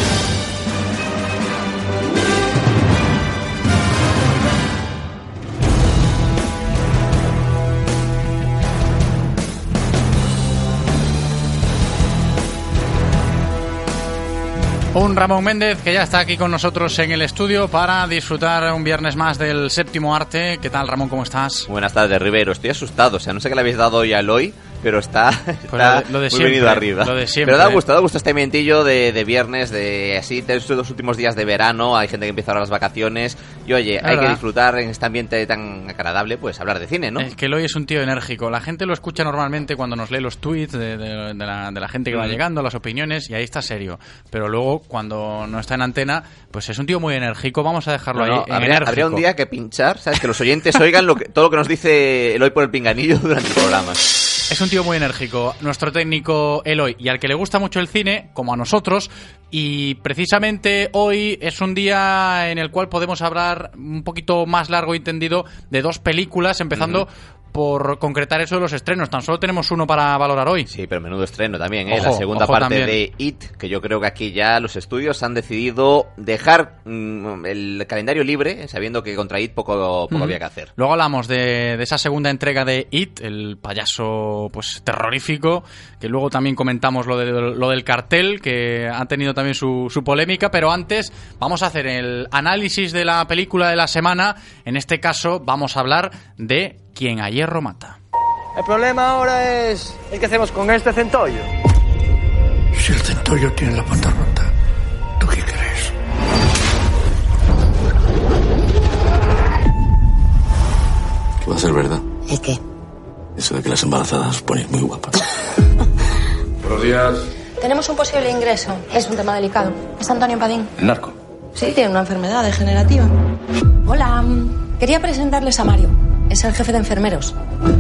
Un Ramón Méndez que ya está aquí con nosotros en el estudio para disfrutar un viernes más del Séptimo Arte. ¿Qué tal, Ramón? ¿Cómo estás? Buenas tardes, Rivero. Estoy asustado. O sea, no sé qué le habéis dado hoy a Eloy, pero está lo de muy siempre, venido arriba. Lo de siempre. Pero da gusto este ambientillo de viernes, de así, de estos 2 últimos días de verano. Hay gente que empieza ahora las vacaciones. Y oye, hay que disfrutar en este ambiente tan agradable, pues hablar de cine, ¿no? Es que Eloy es un tío enérgico. La gente lo escucha normalmente cuando nos lee los tweets de la gente que va llegando, las opiniones, y ahí está serio. Pero luego, cuando no está en antena, pues es un tío muy enérgico. Vamos a dejarlo ahí en enérgico. Habría un día que pinchar, ¿sabes? Que los oyentes oigan todo lo que nos dice Eloy por el pinganillo durante el programa. Es un tío muy enérgico, nuestro técnico Eloy, y al que le gusta mucho el cine, como a nosotros, y precisamente hoy es un día en el cual podemos hablar un poquito más largo y tendido de 2 películas, empezando por concretar eso de los estrenos. Tan solo tenemos uno para valorar hoy. Sí, pero menudo estreno también, ¿eh? La segunda parte también de It, que yo creo que aquí ya los estudios han decidido dejar el calendario libre, sabiendo que contra It poco había que hacer. Luego hablamos de esa segunda entrega de It, el payaso pues terrorífico, que luego también comentamos lo del cartel, que ha tenido también su polémica, pero antes vamos a hacer el análisis de la película de la semana. En este caso vamos a hablar de Quien a hierro mata. El problema ahora es el que hacemos con este centollo. Si el centollo tiene la pata rota, ¿tú qué crees? ¿Qué va a ser verdad? ¿El qué? Eso de que las embarazadas os ponéis muy guapas. Buenos días. Tenemos un posible ingreso. Es un tema delicado. Es Antonio Padín. ¿El narco? Sí, tiene una enfermedad degenerativa. Hola. Quería presentarles a Mario. Es el jefe de enfermeros.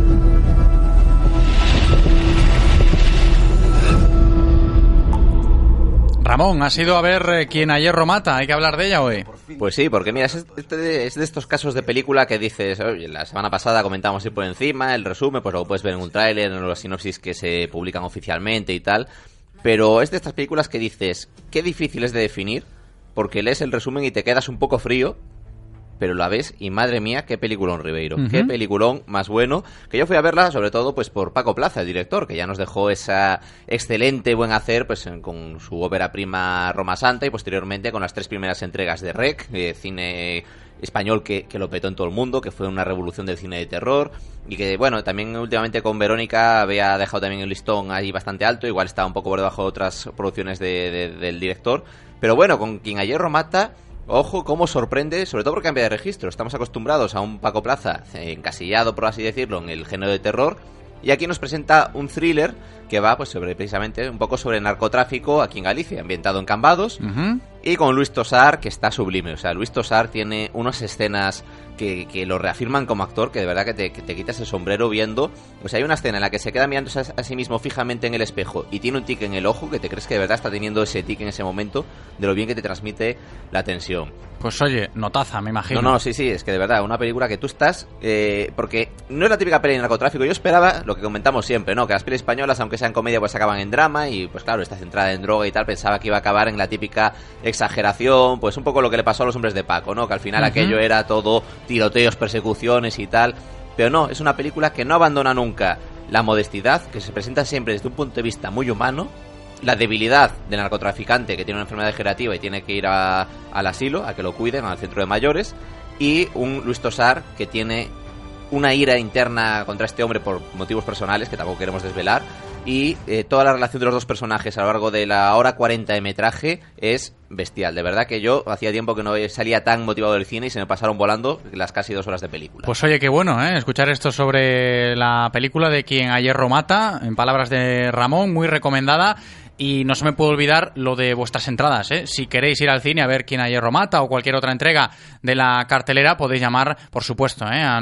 Ramón, ¿has ido a ver Quien a hierro mata? ¿Hay que hablar de ella hoy? Pues sí, porque mira, es de estos casos de película que dices, oye, la semana pasada comentamos así por encima, el resumen, pues lo puedes ver en un tráiler, en las sinopsis que se publican oficialmente y tal, pero es de estas películas que dices, qué difícil es de definir, porque lees el resumen y te quedas un poco frío, pero la ves y madre mía, qué peliculón, Ribeiro. Qué peliculón más bueno, que yo fui a verla sobre todo pues por Paco Plaza, el director, que ya nos dejó esa excelente buen hacer pues con su ópera prima Roma Santa y posteriormente con las 3 primeras entregas de REC, cine español que lo petó en todo el mundo, que fue una revolución del cine de terror y que bueno, también últimamente con Verónica había dejado también el listón ahí bastante alto, igual estaba un poco por debajo de otras producciones del director, pero bueno, con Quien a hierro mata, ojo cómo sorprende, sobre todo porque cambia de registro. Estamos acostumbrados a un Paco Plaza encasillado, por así decirlo, en el género de terror, y aquí nos presenta un thriller que va pues precisamente un poco sobre narcotráfico aquí en Galicia, ambientado en Cambados, y con Luis Tosar, que está sublime. O sea, Luis Tosar tiene unas escenas que lo reafirman como actor, que de verdad que te quitas el sombrero viendo. O sea, hay una escena en la que se queda mirando a sí mismo fijamente en el espejo y tiene un tic en el ojo que te crees que de verdad está teniendo ese tic en ese momento, de lo bien que te transmite la tensión. Pues oye, notaza, me imagino. No, sí, es que de verdad, una película que tú estás... porque no es la típica peli de narcotráfico. Yo esperaba lo que comentamos siempre, ¿no? Que las pelis españolas, aunque sean comedia, pues acaban en drama y pues claro, está centrada en droga y tal. Pensaba que iba a acabar en la típica exageración, pues un poco lo que le pasó a Los hombres de Paco, ¿no? Que al final aquello era todo tiroteos, persecuciones y tal. Pero no, es una película que no abandona nunca la modestidad, que se presenta siempre desde un punto de vista muy humano, la debilidad del narcotraficante que tiene una enfermedad degenerativa y tiene que ir al asilo, a que lo cuiden, al centro de mayores, y un Luis Tosar que tiene una ira interna contra este hombre por motivos personales que tampoco queremos desvelar, y toda la relación de los dos personajes a lo largo de la hora 40 de metraje es bestial. De verdad que yo hacía tiempo que no salía tan motivado del cine y se me pasaron volando las casi 2 horas de película. Pues oye, qué bueno, escuchar esto sobre la película de Quien a hierro mata, en palabras de Ramón, muy recomendada. Y no se me puede olvidar lo de vuestras entradas, Si queréis ir al cine a ver Quien a hierro mata o cualquier otra entrega de la cartelera, podéis llamar, por supuesto, a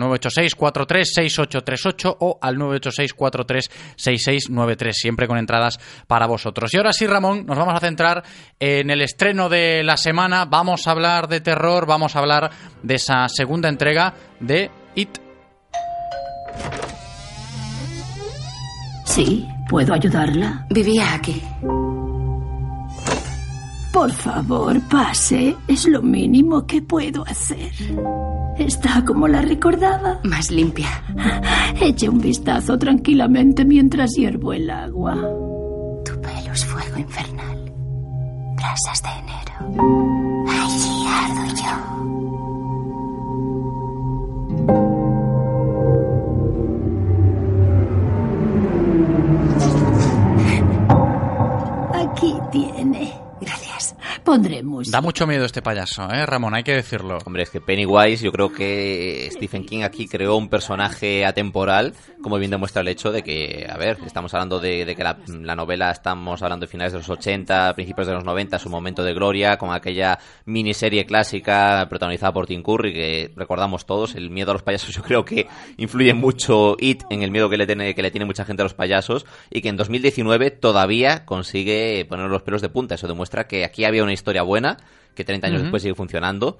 986-43-6838 o al 986-43-6693, siempre con entradas para vosotros. Y ahora sí, Ramón, nos vamos a centrar en el estreno de la semana. Vamos a hablar de terror, vamos a hablar de esa segunda entrega de It. Sí, ¿puedo ayudarla? Vivía aquí. Por favor, pase. Es lo mínimo que puedo hacer. ¿Está como la recordaba? Más limpia. Eche un vistazo tranquilamente mientras hiervo el agua. Tu pelo es fuego infernal. Brasas de enero. Allí ardo yo. Aquí tiene. Gracias. Pondré música. Da mucho miedo este payaso, Ramón, hay que decirlo. Hombre, es que Pennywise, yo creo que Stephen King aquí creó un personaje atemporal, como bien demuestra el hecho de que, a ver, estamos hablando de que la novela, estamos hablando de finales de los 80, principios de los 90, su momento de gloria, con aquella miniserie clásica protagonizada por Tim Curry, que recordamos todos. El miedo a los payasos yo creo que influye mucho It en el miedo que le tiene mucha gente a los payasos, y que en 2019 todavía consigue poner los pelos de punta. Eso demuestra que aquí había una historia buena, que 30 años después sigue funcionando.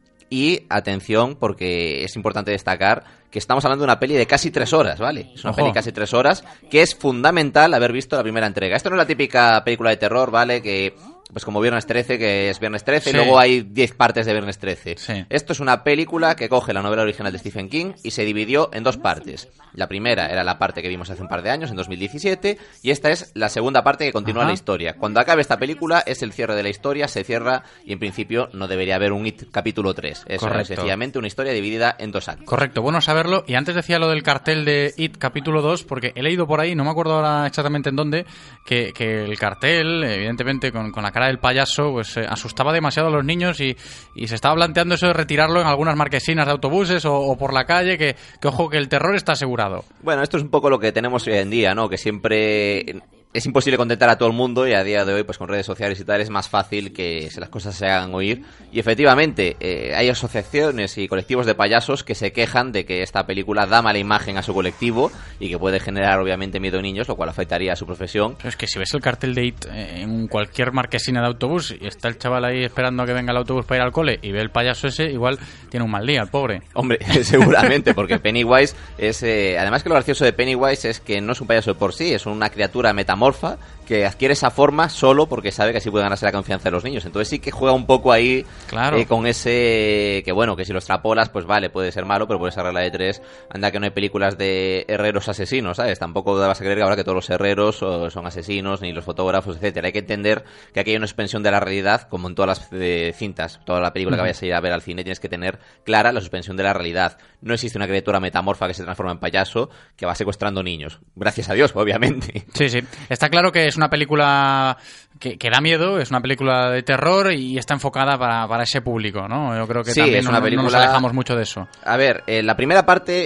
Y atención, porque es importante destacar que estamos hablando de una peli de casi 3 horas, ¿vale? Es una peli de casi 3 horas, que es fundamental haber visto la primera entrega. Esto no es la típica película de terror, ¿vale? Que, pues como Viernes 13, que es Viernes 13, y luego hay 10 partes de Viernes 13. Sí. Esto es una película que coge la novela original de Stephen King y se dividió en 2 partes. La primera era la parte que vimos hace un par de años, en 2017, y esta es la segunda parte que continúa la historia. Cuando acabe esta película es el cierre de la historia, se cierra, y en principio no debería haber un It capítulo 3. Es sencillamente una historia dividida en 2 actos. Correcto, bueno saberlo. Y antes decía lo del cartel de It capítulo 2, porque he leído por ahí, no me acuerdo ahora exactamente en dónde, que el cartel, evidentemente con la cara del payaso, pues asustaba demasiado a los niños, y se estaba planteando eso de retirarlo en algunas marquesinas de autobuses o por la calle, que ojo, que el terror está asegurado. Bueno, esto es un poco lo que tenemos hoy en día, ¿no? Que siempre es imposible contentar a todo el mundo, y a día de hoy, pues con redes sociales y tal, es más fácil que las cosas se hagan oír. Y efectivamente, hay asociaciones y colectivos de payasos que se quejan de que esta película da mala imagen a su colectivo y que puede generar, obviamente, miedo en niños, lo cual afectaría a su profesión. Pero es que si ves el cartel de It en cualquier marquesina de autobús y está el chaval ahí esperando a que venga el autobús para ir al cole y ve el payaso ese, igual tiene un mal día, el pobre. Hombre, seguramente, porque Pennywise es... además que lo gracioso de Pennywise es que no es un payaso de por sí, es una criatura metamorfa que adquiere esa forma solo porque sabe que así puede ganarse la confianza de los niños. Entonces sí que juega un poco ahí con ese... que bueno, que si lo extrapolas, pues vale, puede ser malo, pero por esa regla de 3, anda que no hay películas de herreros asesinos, ¿sabes? Tampoco vas a creer que ahora que todos los herreros son asesinos, ni los fotógrafos, etcétera. Hay que entender que aquí hay una suspensión de la realidad, como en todas las cintas, toda la película que vayas a ir a ver al cine, tienes que tener clara la suspensión de la realidad. No existe una criatura metamorfa que se transforma en payaso que va secuestrando niños. Gracias a Dios, obviamente. Sí, sí. Está claro que es una película que da miedo, es una película de terror y está enfocada para ese público, ¿no? Yo creo que también no nos alejamos mucho de eso. A ver, la primera parte,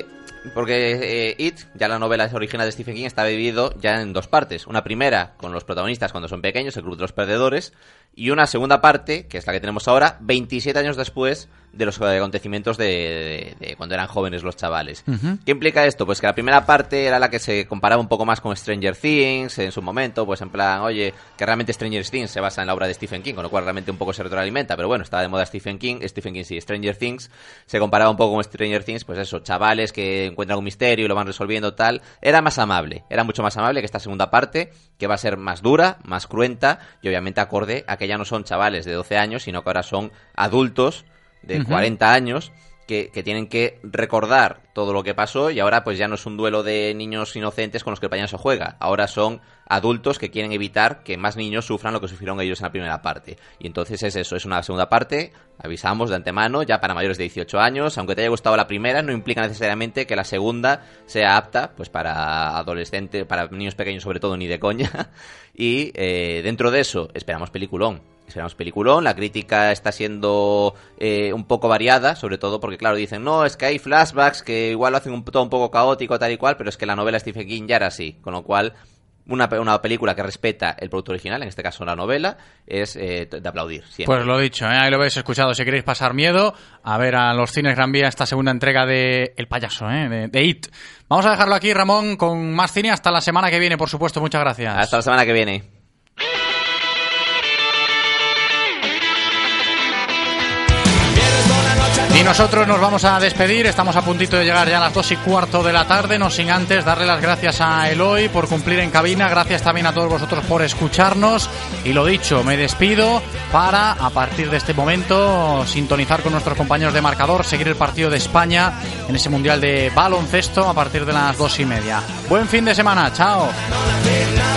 porque It, ya la novela original de Stephen King, está dividido ya en 2 partes. Una primera con los protagonistas cuando son pequeños, el club de los perdedores, y una segunda parte, que es la que tenemos ahora, 27 años después de los acontecimientos de cuando eran jóvenes los chavales. ¿Qué implica esto? Pues que la primera parte era la que se comparaba un poco más con Stranger Things en su momento, pues en plan, oye, que realmente Stranger Things se basa en la obra de Stephen King, con lo cual realmente un poco se retroalimenta, pero bueno, estaba de moda Stephen King sí, Stranger Things se comparaba un poco con Stranger Things, pues eso, chavales que encuentran un misterio y lo van resolviendo, tal. Era más amable, era mucho más amable que esta segunda parte, que va a ser más dura, más cruenta, y obviamente acorde a que ya no son chavales de 12 años, sino que ahora son adultos de 40 años que tienen que recordar todo lo que pasó, y ahora pues ya no es un duelo de niños inocentes con los que el payaso juega, ahora son adultos que quieren evitar que más niños sufran lo que sufrieron ellos en la primera parte. Y entonces es eso, es una segunda parte, avisamos de antemano, ya para mayores de 18 años, aunque te haya gustado la primera, no implica necesariamente que la segunda sea apta pues para adolescentes, para niños pequeños sobre todo, ni de coña. Y dentro de eso esperamos peliculón, la crítica está siendo un poco variada, sobre todo porque, claro, dicen, no, es que hay flashbacks que igual lo hacen todo un poco caótico, tal y cual, pero es que la novela Stephen King ya era así, con lo cual una película que respeta el producto original, en este caso la novela, es de aplaudir siempre. Pues lo dicho, ahí lo habéis escuchado. Si queréis pasar miedo, a ver a los cines Gran Vía esta segunda entrega de El Payaso, de It. Vamos a dejarlo aquí, Ramón, con más cine hasta la semana que viene, por supuesto. Muchas gracias. Hasta la semana que viene. nosotros nos vamos a despedir, estamos a puntito de llegar ya a las 2:15 de la tarde, no sin antes darle las gracias a Eloy por cumplir en cabina, gracias también a todos vosotros por escucharnos y lo dicho, me despido para a partir de este momento sintonizar con nuestros compañeros de marcador, seguir el partido de España en ese mundial de baloncesto a partir de las 2:30. Buen fin de semana, chao.